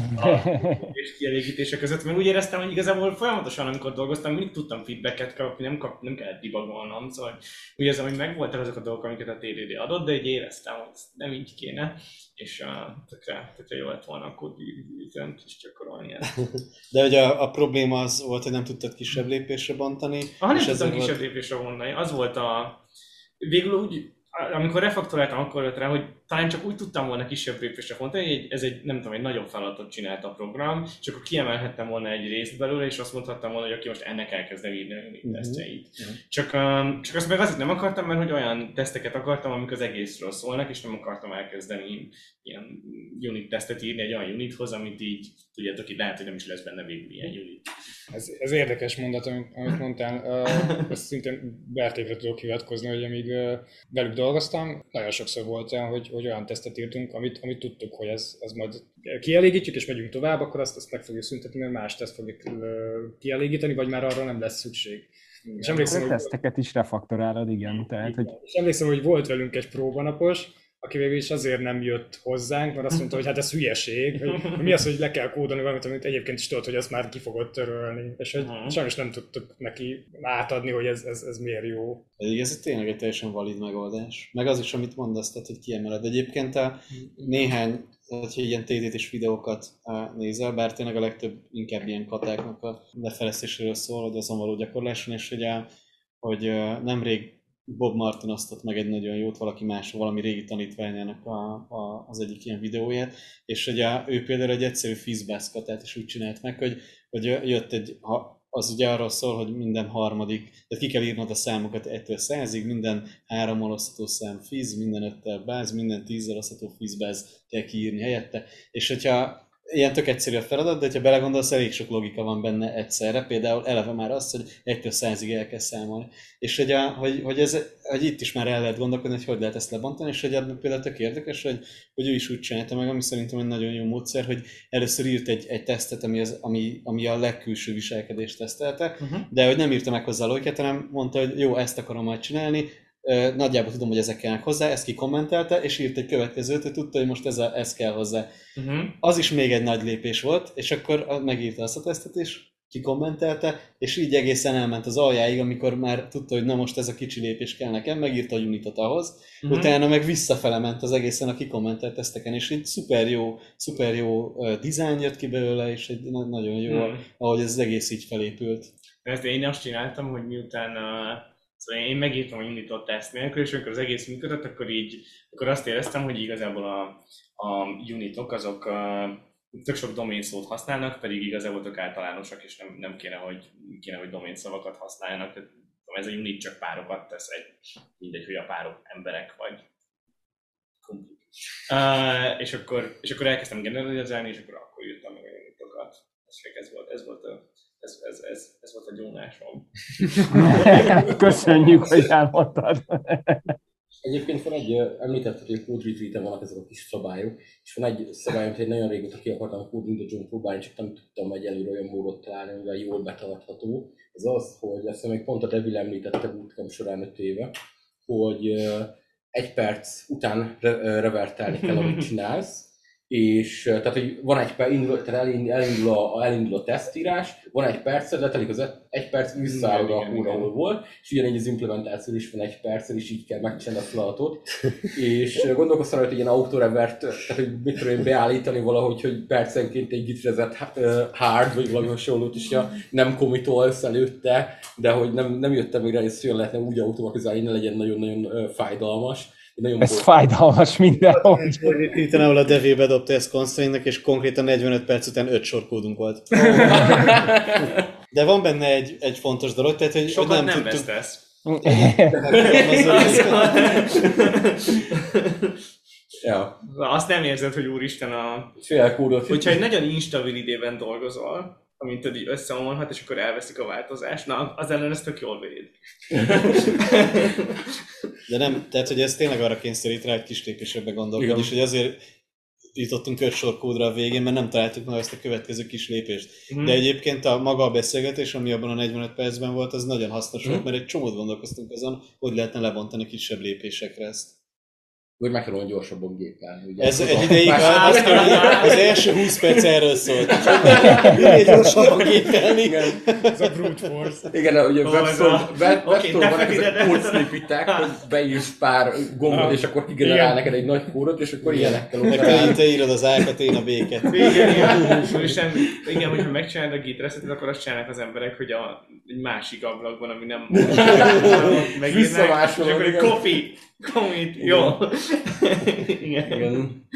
a és kielégítése között, meg úgy éreztem, hogy igazából folyamatosan, amikor dolgoztam, mindig tudtam feedbacket kapni, nem, kap, nem kellett debugolnom, szóval úgy érzem, hogy megvoltak azok a dolgok, amiket a té dé dé adott, de így éreztem, hogy nem így kéne, és uh, tökre, tökre jó lett volna a kódüzenet is gyakorolni ezt. De hogy a, a probléma az volt, hogy nem tudtad kisebb lépésre bontani. Ah, nem és tudtam kisebb volt... lépésre mondani, az volt a... Végül úgy, amikor refaktoráltam, akkor jött rá, hogy talán csak úgy tudtam volna kisebb lépésre mondani, hogy ez egy, nem tudom, egy nagyobb feladatot csinált a program, és akkor kiemelhettem volna egy részt belőle, és azt mondhattam volna, hogy aki most ennek elkezdem írni a unit uh-huh. tesztjeit. Uh-huh. Csak, um, csak azt meg azért nem akartam, mert hogy olyan teszteket akartam, amik az egészről szólnak, és nem akartam elkezdeni ilyen unit tesztet írni egy olyan unithoz, amit így, tudjátok, így lehet, hogy nem is lesz benne végül ilyen unit. Ez, ez érdekes mondat, amit, amit mondtál. Uh, ezt szintén Bertékre tudok hivatkozni, hogy amíg uh, velük dolgoztam, nagyon sokszor volt olyan, hogy, hogy olyan tesztet írtunk, amit, amit tudtuk, hogy ez, ez majd kielégítjük, és megyünk tovább, akkor azt, azt meg fogjuk szüntetni, mert más teszt fogjuk uh, kielégíteni, vagy már arra nem lesz szükség. Igen, és emlékszem, hogy teszteket is refaktorálod, igen. Tehát, igen. Hogy... És emlékszem, hogy volt velünk egy próbanapos, aki végül is azért nem jött hozzánk, mert azt mondta, hogy hát ez hülyeség, hogy mi az, hogy le kell kódolni valamit, amit egyébként is tudod, hogy azt már ki fogod törölni, és hogy uh-huh. sajnos nem tudtuk neki átadni, hogy ez, ez, ez miért jó. Pedig ez tényleg egy teljesen valid megoldás. Meg az is, amit mondasz, tehát, hogy kiemeled. Egyébként a néhány, hogyha ilyen té dé té-s videókat nézel, bár tényleg a legtöbb inkább ilyen katáknak a lefejlesztéséről szól, hogy azon való gyakorláson, és hogy, a, hogy nemrég Bob Martin osztott meg egy nagyon jót valaki más, valami régi tanítványának a, a, az egyik ilyen videóját, és hogy a, ő például egy egyszerű fizzbaskatát is úgy csinált meg, hogy, hogy jött egy, az ugye arról szól, hogy minden harmadik, tehát ki kell írnod a számokat egytől százig, minden hárommal osztható szám fizz, minden öttel báz, minden tízzel osztható fizzbáz kell kiírni helyette, és hogyha ilyen tök egyszerű a feladat, de ha belegondolsz, elég sok logika van benne egyszerre, például eleve már az, hogy egytől százig el kell számolni. És hogy, a, hogy, hogy, ez, hogy itt is már el lehet gondolkodni, hogy hogy lehet ezt lebontani, és hogy például tök érdekes, hogy, hogy ő is úgy csinálta meg, ami szerintem egy nagyon jó módszer, hogy először írt egy, egy tesztet, ami, az, ami, ami a legkülső viselkedést tesztelte, uh-huh. de hogy nem írta meg hozzá a logikát, hanem mondta, hogy jó, ezt akarom majd csinálni, nagyjából tudom, hogy ezek kellnek hozzá, ezt kikommentelte, és írt egy következőt, hogy tudta, hogy most ez, a, ez kell hozzá. Uh-huh. Az is még egy nagy lépés volt, és akkor megírta azt a tesztet is, kikommentelte, és így egészen elment az aljáig, amikor már tudta, hogy na most ez a kicsi lépés kell nekem, megírta a unitot ahhoz, uh-huh. utána meg visszafele ment az egészen a kikommentelt teszteken, és egy szuper jó, szuper jó uh, design jött ki belőle, és egy nagyon jó, uh-huh. ahogy ez az egész így felépült. Ezt én azt csináltam, hogy miután uh... Szóval én megírtam a unitot teszt nélkül, és amikor az egész működött, akkor így, akkor azt éreztem, hogy igazából a, a unitok azok uh, tök sok domain szót használnak, pedig igazából tök általánosak, és nem, nem kéne, hogy, kéne, hogy domain szavakat használjanak. Tehát, ez a unit csak párokat tesz, egy, mindegy, hogy a párok emberek vagy uh, és, akkor, és akkor elkezdtem generalizálni, és akkor akkor írtam meg a unitokat. Ez volt, ez volt a Ez, ez, ez, ez volt a gyónásom. Köszönjük, hogy elmondtad. Egyébként van egy, említetted, hogy a Code Retreat-en vannak ezek a kis szabályok, és van egy szabály, amit én nagyon régóta ki akartam a Code Retreat-en próbálni, csak nem tudtam egy előre olyan módot találni, amivel jól betartható. Ez az, hogy azt hiszem, még pont a Devil említette bootcamp során öt éve, hogy egy perc után re- revertelni kell, amit csinálsz, és tehát, hogy van egy perc, indul, tehát elindul a, elindul a tesztírás, van egy perced, letelik az egy perc, visszaállod a kóra, ahol volt, és ugyanígy az implementáció is van egy perccel, és így kell megcsinálni a feladatot. És gondolkoztam, hogy ilyen autorevert, tehát hogy mit tudom én beállítani valahogy, hogy percenként egy git reset hard, vagy valami hasonlót is, ja, nem commitolsz előtte, de hogy nem, nem jöttem még rá, hogy ezt olyan lehetne úgy automatizálni, hogy ne legyen nagyon-nagyon fájdalmas. Nagyon ez volt. Fájdalmas mindenhol. Itt ahol a Devil bedobta ezt constraint-nek, és konkrétan negyvenöt perc után öt sor kódunk volt. De van benne egy, egy fontos dolog, tehát hogy sokat nem, nem tudtuk... vesztesz. Ja. Azt nem érzed, hogy úristen a... Félkódot. Hogyha egy nagyon instabil idében dolgozol, amint tudod így összeomolhat, és akkor elveszik a változást, na az ellen ezt tök jól véd. De nem, tehát hogy ez tényleg arra kényszerít rá, hogy kis lépésebbe gondolkodni, és hogy azért jutottunk öt sor kódra a végén, mert nem találtuk meg ezt a következő kis lépést. Mm. De egyébként a maga a beszélgetés, ami abban a negyvenöt percben volt, az nagyon hasznos mm. volt, mert egy csomót gondolkoztunk azon, hogy lehetne lebontani kisebb lépésekre ezt. Vagy meg kell gyorsabban gépelni. Ugye? Ez egy ideig az, az első húsz perc erről szólt. Minél gyorsabban gépelni. Igen. Ez a brute force. Igen, ugye Ó, webstore-ban Oké, te vannak ezek feküded. code snippitek, hogy beírsz pár gombot, Ah, és akkor kigenerál igen. neked egy nagy kódot, és akkor ilyenekkel Meg te, operál. te írod az ákat, én a béket. Igen, igen. Úristen, igen, hogyha megcsinálod a git resetet, akkor azt csinálnak az emberek, hogy a, egy másik ablakban, ami nem megírnák, és Visszamásolod, akkor egy igen. coffee, commit, jó. Igen. Igen.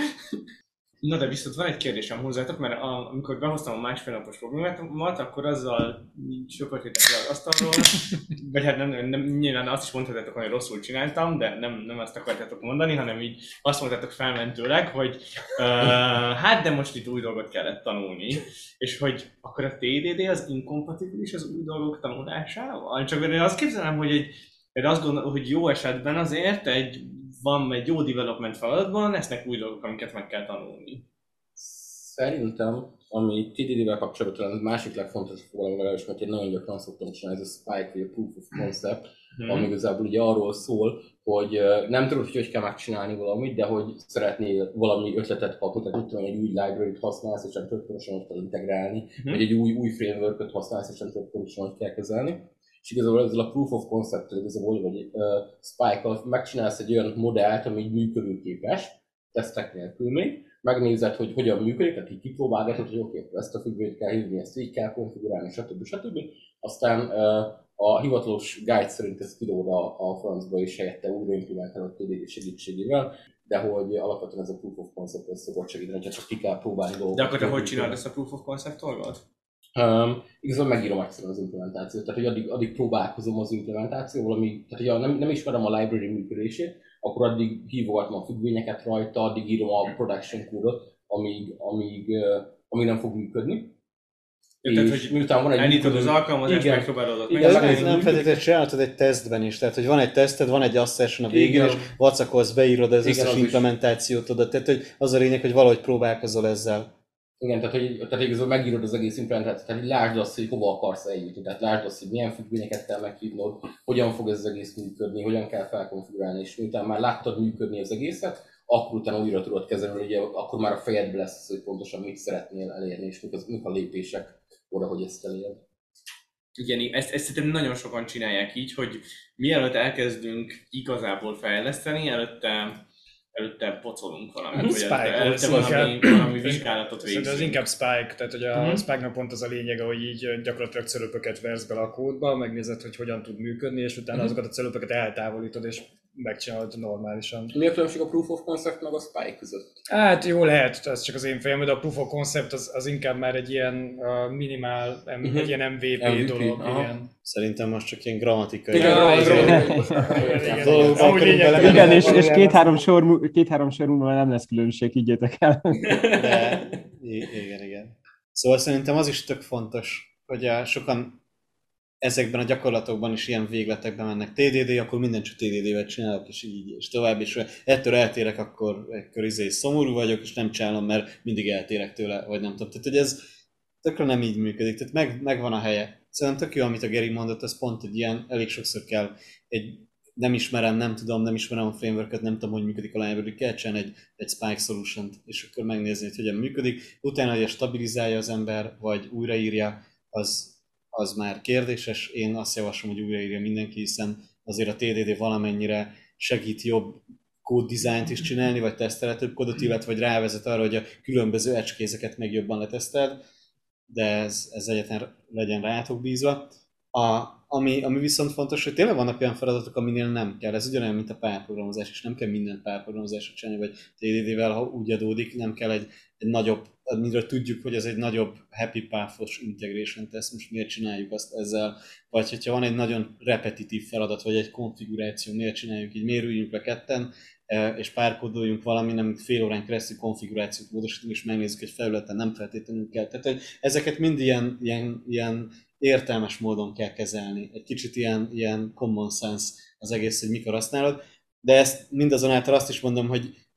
Na de viszont van egy kérdésem hozzátok, mert a, amikor behoztam a másfél napos problémámat, akkor azzal söpörtétek le az asztalról, vagy hát nem, nem, nyilván azt is mondhatátok, hogy rosszul csináltam, de nem, nem azt akartátok mondani, hanem így azt mondtátok felmentőleg, hogy uh, hát de most itt új dolgot kellett tanulni, és hogy akkor a té dé dé az inkompatibilis az új dolgok tanulásával? Csak én azt képzelem, hogy egy, én azt gondolom, hogy jó esetben azért egy van egy jó development feladatban, lesznek új dolgok, amiket meg kell tanulni. Szerintem, ami té dé dé-vel kapcsolatban a másik legfontosabb fogalom, legalábbis, mert én nagyon gyakran szoktam csinálni, ez a spike vagy a proof of concept, hmm. ami igazából ugye arról szól, hogy nem tudod, hogy hogy kell megcsinálni valamit, de hogy szeretnél valami ötletet kapni, tehát tudom, egy új library-t használsz, és nem tudod pontosan, hogy kell integrálni, hmm. vagy egy új, új framework-öt használsz, és nem tudod pontosan, hogy kell kezelni. És igazából ezzel a proof of concept-tel igazából, vagy uh, spike-kal megcsinálsz egy olyan modellt, ami így működőképes, tesztek nélkül még, megnézed, hogy hogyan működik, tehát így kipróbálgatod, hogy oké, okay, ezt a függvényt kell hívni, ezt így kell konfigurálni, stb. stb. Aztán uh, a hivatalos guide szerint ezt kidobod a, a francba, és helyette újra implementálod a té dé dé segítségével, de hogy alapvetően ez a proof of concept ezt szokott segíteni, ha csak ki kell próbálni dolgokat. De akkor te hogy csinálod ezt a proof of concept dolgot? Um, igazából megírom egyszerűen az implementációt, tehát hogy addig, addig próbálkozom az implementációval, ami, tehát hogy nem, nem ismerem a library működését, akkor addig hívogatom a függvényeket rajta, addig írom a production kódot, amíg, amíg, uh, amíg nem fog működni. Ja, tehát, hogy miután van egy elnyitod az alkalmazást, igen, megpróbálod ott igen, Ez meg- nem, nem feltétlenül csinálhatod egy tesztben is, tehát hogy van egy teszted, van egy assertion a végén, Igen. és vacakolsz, beírod az Igen, összes az is. implementációt oda, tehát hogy az a lényeg, hogy valahogy próbálkozol ezzel. Igen, tehát, hogy, tehát igazából megírod az egész implementációt, tehát hogy lásd azt, hogy hova akarsz eljutni, tehát lásd azt, hogy milyen függvényeket kell meghívnod, hogyan fog ez az egész működni, hogyan kell felkonfigurálni, és miután már láttad működni az egészet, akkor utána újra tudod kezelni, ugye akkor már a fejedbe lesz, hogy pontosan mit szeretnél elérni, és mik, az, mik a lépések oda, hogy ezt elérd. Igen, ezt, ezt szerintem nagyon sokan csinálják így, hogy mielőtt elkezdünk igazából fejleszteni, előtte, előtte pocolunk valamit, vagy Spike, előtte, előtte szóval valami, kell- valami vizsgálatot Szerintem az végzünk. inkább Spike, tehát hogy a Mhm. Spike-nak pont az a lényege, hogy így gyakorlatilag celöpöket versz bele a kódba, megnézed, hogy hogyan tud működni, és utána Mhm. azokat a celöpöket eltávolítod, és megcsinálod normálisan. Mi a különbség a proof of concept meg a spike között? Hát jó lehet, ez csak az én fejem, de a proof of concept az, az inkább már egy ilyen uh, minimál, em, Mhm. egy ilyen em vé pé em vé pé, dolog, aha. igen. Szerintem most csak ilyen grammatikai. Igen, Ja, az- igen. az- igen. Dolgokba Amúgy akarunk lényeg- belemenni. Igen, és, és két-három sor, mú- két-három sor múlva nem lesz különbség, higgyétek el. De, i- igen, igen. Szóval szerintem az is tök fontos, hogy a, sokan ezekben a gyakorlatokban is ilyen végletekben mennek. té dé dé, akkor minden csak té dé dé-vel csinálok, és így, és tovább, és ettől eltérek, akkor, akkor izé szomorú vagyok, és nem csinálom, mert mindig eltérek tőle, vagy nem tudom. Tehát, hogy ez tökre nem így működik, tehát meg, megvan a helye. Szerintem tök jó, amit a Geri mondott, az pont egy ilyen, elég sokszor kell egy nem ismerem, nem tudom, nem ismerem a frameworköt, nem tudom, hogy működik a library, kell csinálni egy, egy Spike Solution-t, és akkor megnézni, hogy hogyan működik. Utána, hogy stabilizálja az ember, vagy újraírja, az, az már kérdéses. Én azt javaslom, hogy újraírja mindenki, hiszen azért a té dé dé valamennyire segít jobb kóddizájnt is csinálni, vagy tesztelhetőbb kódot, illetve vagy rávezet arra, hogy a különböző edge case-eket még jobban leteszteld, de ez, ez egyetlen legyen rátok bízva. A, ami, ami viszont fontos, hogy tényleg vannak olyan feladatok, aminél nem kell. Ez ugyanolyan, mint a párprogramozás, és nem kell minden párprogramozásra csinálni, vagy té dé dé-vel, ha úgy adódik, nem kell egy, egy nagyobb, amiről tudjuk, hogy ez egy nagyobb happy path-os integration test, most miért csináljuk azt ezzel, vagy hogyha van egy nagyon repetitív feladat, vagy egy konfiguráció, miért csináljuk így, miért üljünk le ketten, és párkódoljunk valami, nem fél órán keresztül konfigurációt módosítunk, és megnézzük egy felületen, nem feltétlenül kell. Tehát hogy ezeket mind ilyen, ilyen, ilyen értelmes módon kell kezelni. Egy kicsit ilyen, ilyen common sense az egész, hogy mikor használod. De ezt mindazonáltal azt is mondom, hogy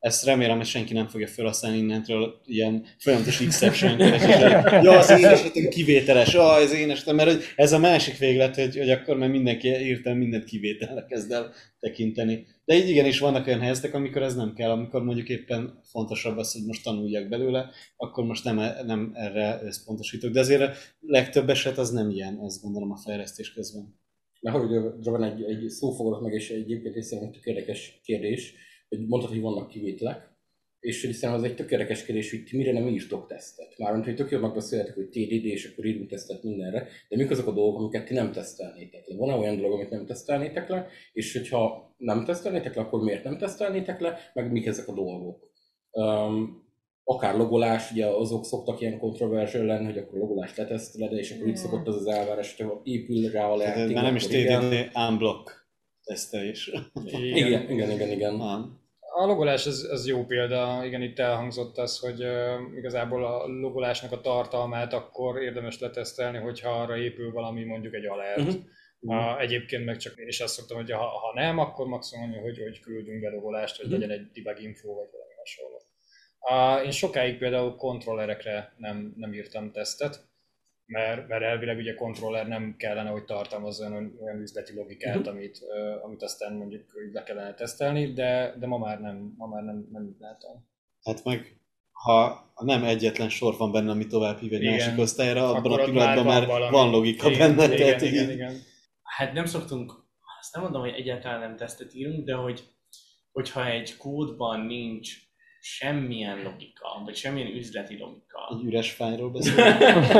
ezt remélem, hogy senki nem fogja felhasználni innentről ilyen folyamatos exception keresésre. Ja, az én esetem kivételes, ja, az én esetem, mert hogy ez a másik véglet, hogy, hogy akkor már mindenki írtam mindent kivételre kezd el tekinteni. De így igenis vannak olyan helyzetek, amikor ez nem kell, amikor mondjuk éppen fontosabb az, hogy most tanuljak belőle, akkor most nem, nem erre összpontosítok. De azért a legtöbb eset az nem ilyen, azt gondolom a fejlesztés közben. Mert hogy Draven egy, egy szófogalat meg, és egyébként is szerintem tök érdekes kérdés, hogy mondtad, hogy vannak kivételek, és hogy szerintem az egy tök érdekes kérdés, hogy ti mire nem írtok tesztet. Mármint, hogy tök jól megbeszélhetek, hogy té dé dé, és akkor írunk tesztet mindenre, de mik azok a dolgok, amiket ti nem tesztelnétek le? Van-e olyan dolog, amit nem tesztelnétek le, és hogyha nem tesztelnétek le, akkor miért nem tesztelnétek le, meg mik ezek a dolgok? Um, akár logolás, ugye azok szoktak ilyen kontroversial lenni, hogy akkor logolást leteszteled, és akkor itt szokott az az elvárás, hogy ha épül rá a lehetőség. Már nem is té dé dé, unblock tesztelés. Igen, igen, igen, igen. igen. A logolás az, az jó példa, igen, itt elhangzott az, hogy uh, igazából a logolásnak a tartalmát akkor érdemes letesztelni, hogyha arra épül valami, mondjuk egy alert. Uh-huh. Uh, egyébként meg csak én is azt szoktam, hogy ha, ha nem, akkor maximum, hogy, hogy küldünk be logolást, hogy uh-huh. legyen egy debug info, vagy valami hasonló. Uh, én sokáig például kontrollerekre nem, nem írtam tesztet, mert, mert elvileg ugye kontroller nem kellene, hogy tartalmazzon olyan, olyan üzleti logikát, uh-huh. amit, uh, amit aztán mondjuk le kellene tesztelni, de, de ma már nem, ma már nem, nem látom. Hát meg, ha nem egyetlen sor van benne, ami tovább hív egy igen. másik osztályra, abban a pillanatban már, már van logika igen, benne. Igen, tehát igen, igen. Hát nem szoktunk, azt nem mondom, hogy egyáltalán nem tesztet írunk, de hogy, hogyha egy kódban nincs semmilyen logika, vagy semmilyen üzleti logika. Egy üres fájról beszélünk.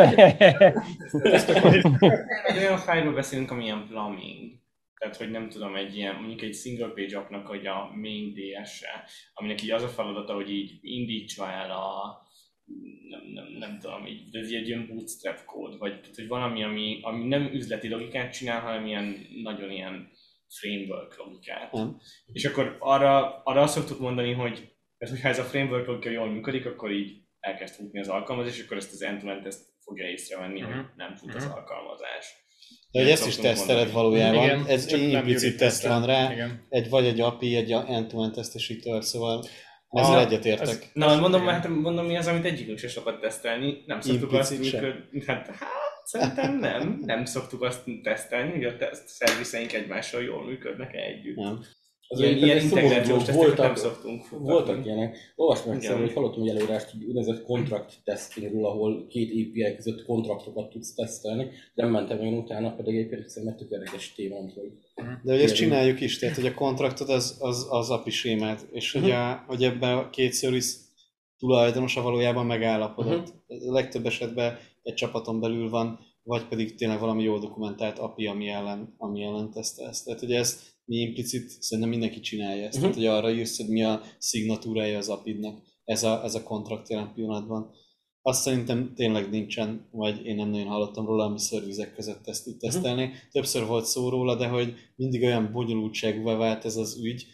Olyan fájról beszélünk, amilyen plumbing. Tehát, hogy nem tudom, egy ilyen, mondjuk egy single page appnak, hogy a main dé es-e, aminek így az a feladata, hogy így indítsa el a nem, nem, nem tudom, így, ez egy ilyen bootstrap kód, vagy tehát, hogy valami, ami, ami nem üzleti logikát csinál, hanem ilyen nagyon ilyen framework logikát. Mm. És akkor arra, arra azt szoktuk mondani, hogy mert hogyha ez a framework logika jól működik, akkor így elkezd futni az alkalmazás, és akkor ezt az end-to-end ezt fogja észrevenni, uh-huh. hogy nem fut az alkalmazás. De hogy ezt is teszteled valójában, igen, ez implicit teszt van rá, igen. egy vagy egy á pé i, egy end-to-end tesztesítő, szóval ezzel egyetértek. Na, mondom, hát mondom, mi az, amit egyikünk se sokat tesztelni, nem szoktuk azt működni, hát, hát szerintem nem, nem szoktuk azt tesztelni, hogy a teszt szerviceink egymással jól működnek együtt. Nem. Az ilyen, ilyen integrációs teszteket nem szoktunk futtatni. Voltak ilyenek. Olvasd meg szerintem, hogy hallottam egy előadást így úgynevezett contract testingről, ahol két á pé i között kontraktokat tudsz tesztelni, de nem mentem én utána, pedig egyébként szerintem tök érdekes téma, hogy... De hogy ezt csináljuk is, tehát hogy a kontraktot az, az, az á pé i sémát, és hogy, a, hogy ebben a két service tulajdonosa valójában megállapodott. Uh-huh. A legtöbb esetben egy csapaton belül van, vagy pedig tényleg valami jól dokumentált á pé i, ami ellen, ami ellen tesztelsz. Tehát ugye ezt mi implicit, szerintem mindenki csinálja ezt, uh-huh. tehát hogy arra írsz, hogy mi a szignatúrája az á pé i-nek, ez a, ez a kontrakt jelen pillanatban. Azt szerintem tényleg nincsen, vagy én nem nagyon hallottam róla, ami szervizek között ezt így tesztelni. Uh-huh. Többször volt szó róla, de hogy mindig olyan bonyolultságúvá vált ez az ügy,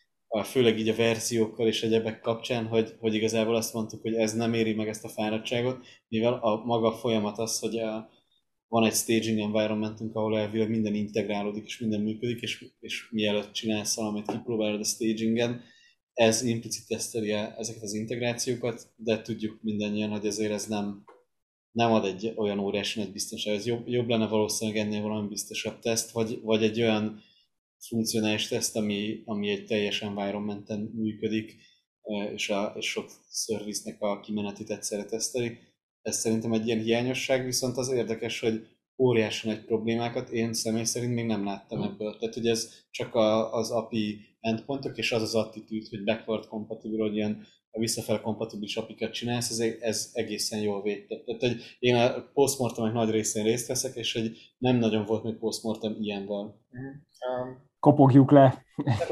főleg így a verziókkal és egyebek kapcsán, hogy, hogy igazából azt mondtuk, hogy ez nem éri meg ezt a fáradtságot, mivel a maga folyamat az, hogy a van egy staging environmentünk, ahol elvileg minden integrálódik és minden működik, és, és mielőtt csinálsz valamit, kipróbálod a stagingen, ez implicit teszteli ezeket az integrációkat, de tudjuk mindannyian, hogy ezért ez nem, nem ad egy olyan óriási nagy biztonságot. Ez jobb, jobb lenne valószínűleg ennél valami biztosabb teszt, vagy, vagy egy olyan funkcionális teszt, ami, ami egy teljes environmenten működik, és, a, és sok szerviznek a kimenetét egyszerre teszteli. Ez szerintem egy ilyen hiányosság, viszont az érdekes, hogy óriási nagy problémákat én személy szerint még nem láttam ebből. Tehát, hogy ez csak a, az á pé i endpointok, és az az attitűd, hogy backward compatible, hogy ilyen a visszafele kompatibilis apikat csinálsz, ez, ez egészen jól védett. Tehát, hogy én a postmortemek nagy részén részt veszek, és hogy nem nagyon volt még postmortem ilyenvel. Um, Kopogjuk le.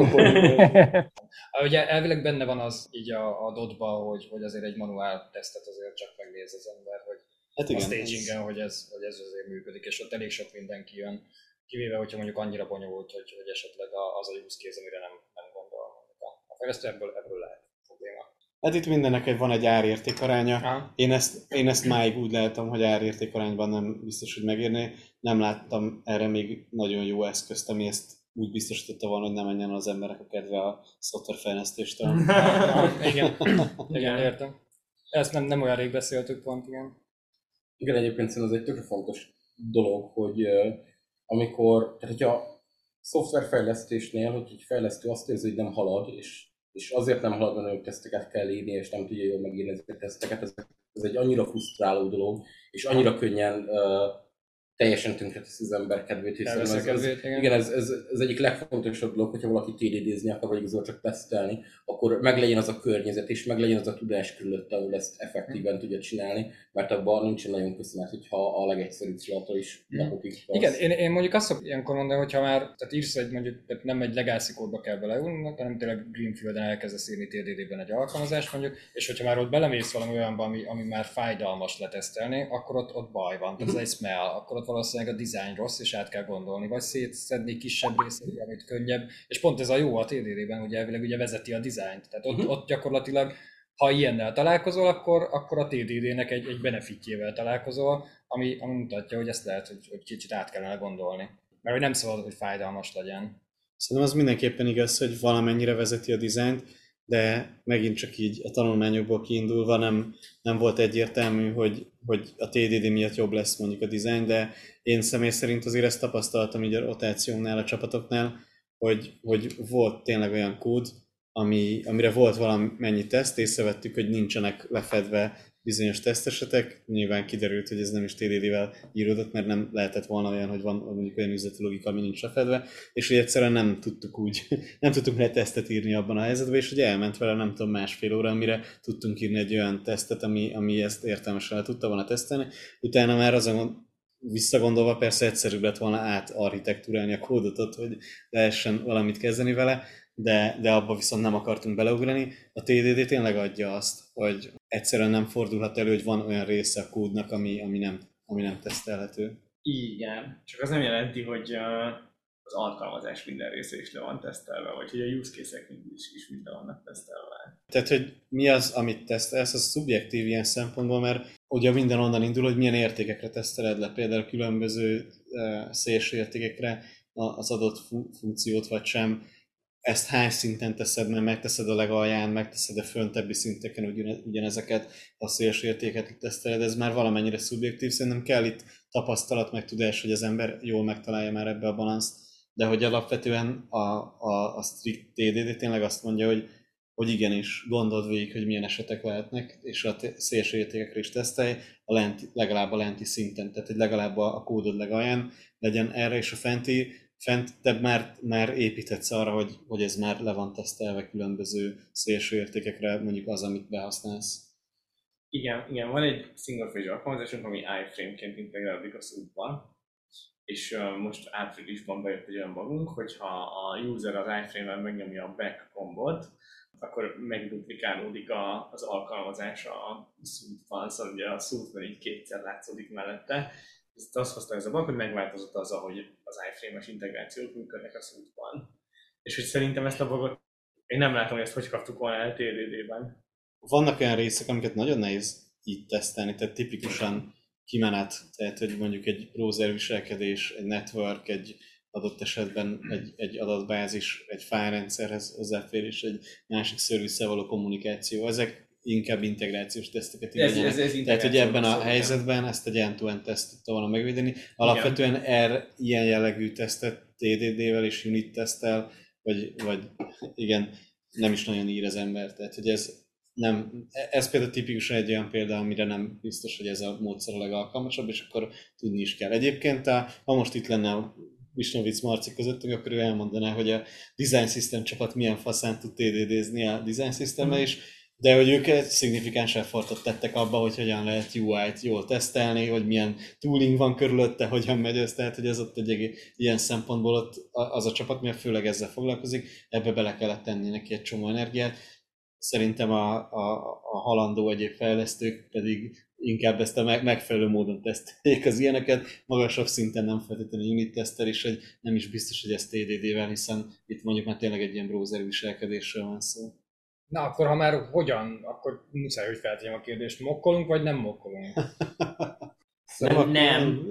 Ugye elvileg benne van az így a, a dotba, hogy, hogy azért egy manuál tesztet azért csak megnéz az ember, hogy hát igen, a stagingen, ez... hogy, ez, hogy ez azért működik, és ott elég sok mindenki jön, kivéve, hogyha mondjuk annyira bonyolult, hogy, hogy esetleg az a use case, amire nem, nem gondol a fejlesztő, ebből, ebből lehet probléma. Hát itt mindennek van egy árérték aránya. Én ezt, én ezt máig úgy látom, hogy árérték arányban nem biztos, hogy megérné. Nem láttam erre még nagyon jó eszközt, ami ezt úgy biztosította volna, hogy ne menjen az emberek a kedve a szoftverfejlesztéstől. igen, igen, értem. Ezt nem, nem olyan rég beszéltük pont, igen. Igen, egyébként szerintem ez egy tök fontos dolog, hogy uh, amikor, tehát hogyha szoftverfejlesztésnél, hogy egy fejlesztő azt érzi, hogy nem halad, és, és azért nem halad, mert teszteket kell írni, és nem tudja jól megírni ezeket a teszteket, ez, ez egy annyira frusztráló dolog, és annyira könnyen uh, teljesen tönkreteszi az ember kedvét, hiszen ez, ez, igen, igen ez, ez, ez egyik legfontosabb dolog, hogyha valaki té dé dé-zni akar, vagy igazából csak tesztelni, akkor meglegyen az a környezet, és meglegyen az a tudás körülött, ahol ezt effektíven tudja csinálni, mert abban nincsen nagyon köszönet, hogyha a legegyszerűbb slatra is napokig. Igen, én, én mondjuk azt szoktam ilyenkor mondani, hogyha már tehát írsz egy mondjuk, tehát nem egy legacy kódba kell beleülni, hanem tényleg Greenfielden elkezdesz írni té dé dé-ben egy alkalmazást mondjuk, és hogyha már ott belemész valami olyanba, ami, ami már fájdalmas letesztelni, akkor ott, ott baj van, tehát ez egy smell, akkor ott valószínűleg a design rossz, és át kell gondolni, vagy szétszedni kisebb részét, amit könnyebb, és pont ez a jó a té dé dé-ben, ugye elvileg ugye vezeti a dizájnt, tehát ott, uh-huh. ott gyakorlatilag, ha ilyennel találkozol, akkor, akkor a té dé dé-nek egy, egy benefitjével találkozol, ami, ami mutatja, hogy ezt lehet, hogy, hogy kicsit át kellene gondolni, mert hogy nem szabad, hogy fájdalmas legyen. Szerintem az mindenképpen igaz, hogy valamennyire vezeti a dizájnt, de megint csak így a tanulmányokból kiindulva nem, nem volt egyértelmű, hogy, hogy a té dé dé miatt jobb lesz mondjuk a dizájn, de én személy szerint azért ezt tapasztaltam így a rotációnál, a csapatoknál, hogy, hogy volt tényleg olyan kód, ami, amire volt valamennyi teszt, észrevettük, hogy nincsenek lefedve bizonyos tesztesetek. Nyilván kiderült, hogy ez nem is té dé dé-vel íródott, mert nem lehetett volna olyan, hogy van mondjuk olyan üzleti logika, ami nincs lefedve, és hogy egyszerűen nem tudtuk úgy, nem tudtunk le tesztet írni abban a helyzetben, és hogy elment vele nem tudom másfél óra, amire tudtunk írni egy olyan tesztet, ami, ami ezt értelmesen le tudta volna tesztelni. Utána már azon visszagondolva persze egyszerűbb lett volna átarchitektúrálni a kódot ott, hogy lehessen valamit kezdeni vele, de, de abba viszont nem akartunk beleugrani. A té dé dé tényleg adja azt, hogy egyszerűen nem fordulhat elő, hogy van olyan része a kódnak, ami, ami, nem, ami nem tesztelhető. Igen, csak az nem jelenti, hogy az alkalmazás minden része is le van tesztelve, vagy hogy a use case-ek is, is minden vannak tesztelve. Tehát, hogy mi az, amit tesztelsz, az szubjektív ilyen szempontból, mert ugye minden onnan indul, hogy milyen értékekre teszteled le, például különböző uh, szélső értékekre az adott fu- funkciót, vagy sem. Ezt hány szinten teszed, mert megteszed a legalján, megteszed a föntebbi szinteken ugyan, ugyanezeket a szélső értéket teszteled, ez már valamennyire szubjektív, szerintem kell itt tapasztalat, meg tudás, hogy az ember jól megtalálja már ebbe a balanszt, de hogy alapvetően a, a, a strict té dé dé tényleg azt mondja, hogy, hogy igenis, gondold végig, hogy milyen esetek lehetnek, és a szélső értékekre is tesztelj, a lenti, legalább a lenti szinten, tehát hogy legalább a, a kódod legalján legyen erre, és a fenti fent te már, már építhetsz arra, hogy, hogy ez már le van tesztelve különböző szélső értékekre, mondjuk az, amit behasználsz. Igen, igen, van egy single page alkalmazásunk, ami iframe-ként integrálódik a Swoop-ban, és uh, most áprilisban bejött egy olyan bugunk, hogyha a user az iframe-en megnyomja a back gombot, akkor megduplikálódik a, az alkalmazás a Swoop-ban, szóval ugye a Swoop-ban így kétszer látszódik mellette. Ezt azt hozta ez a bug, hogy megváltozott az, ahogy az iframe-es integrációk működnek a Swoop-ban. És hogy szerintem ezt a bugot, én nem látom, hogy ezt hogy kaptuk volna el té dé dé-ben. Vannak olyan részek, amiket nagyon nehéz így tesztelni, tehát tipikusan kimenet, tehát hogy mondjuk egy browser viselkedés, egy network, egy adott esetben egy, egy adatbázis, egy fájlrendszerhez hozzáférés, egy másik szervisszel való kommunikáció, ezek inkább integrációs teszteket igényelnek. Ez, ez, ez Tehát, hogy ebben a helyzetben ezt egy end-to-end tesztet tudta volna megvédeni. Alapvetően er, ilyen jellegű tesztet té dé dé-vel és unit teszttel, vagy, vagy igen, nem is nagyon ír az ember. Tehát, hogy ez, nem, ez például tipikusan egy olyan példa, amire nem biztos, hogy ez a módszer a legalkalmasabb, és akkor tudni is kell. Egyébként, ha most itt lenne a Visnovic Marci közöttünk, akkor ő elmondaná, hogy a Design System csapat milyen faszán tud té dé dé-zni a Design System-mel, mm. és de hogy ők egy szignifikáns effortot tettek abba, hogy hogyan lehet u i-t jól tesztelni, hogy milyen tooling van körülötte, hogyan megy ez, tehát hogy ez ott egy ilyen szempontból ott az a csapat, mert főleg ezzel foglalkozik, ebbe bele kellett tenni neki egy csomó energiát. Szerintem a, a, a halandó egyéb fejlesztők pedig inkább ezt a megfelelő módon teszteljék az ilyeneket, magasabb szinten nem feltétlenül unit tesztel, és hogy nem is biztos, hogy ez té dé dé-vel, hiszen itt mondjuk már tényleg egy ilyen browser viselkedésről van szó. Na akkor, ha már hogyan, akkor muszáj, hogy feltegyem a kérdést, mokkolunk vagy nem mokkolunk? Szerintem Nem.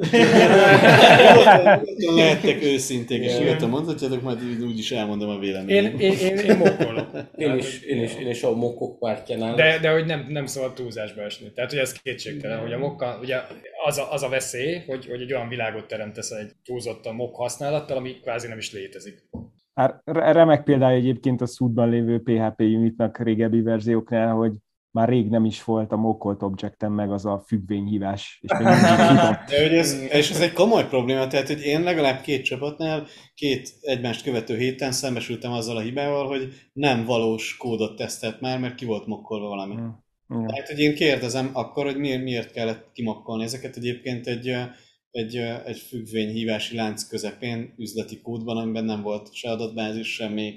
Nyugodtan lehettek őszinték, és nyugodtan mondhatjátok, majd úgyis elmondom a Én, véleményem. én, én, én mokkolok. Én is, én is, én is a mokkok pártjánál. De, de hogy nem, nem szabad túlzásba esni. Tehát, hogy ez kétségtelen, hogy a mokka, ugye az a, az a veszély, hogy, hogy egy olyan világot teremtesz egy túlzott mokk használattal, ami kvázi nem is létezik. Hát remek példája egyébként a Suitban lévő pé há pé unitnak régebbi verzióknál, hogy már rég nem is volt a mockolt objecten meg az a függvényhívás, és még mindig hitott. De hogy ez, és ez egy komoly probléma, tehát hogy én legalább két csapatnál, két egymást követő héten szembesültem azzal a hibával, hogy nem valós kódot tesztelt már, mert ki volt mokkolva valami. Mm. Tehát, hogy én kérdezem akkor, hogy miért, miért kellett kimokkolni ezeket egyébként egy, egy, egy függvényhívási lánc közepén üzleti kódban, amiben nem volt se adatbázis, semmi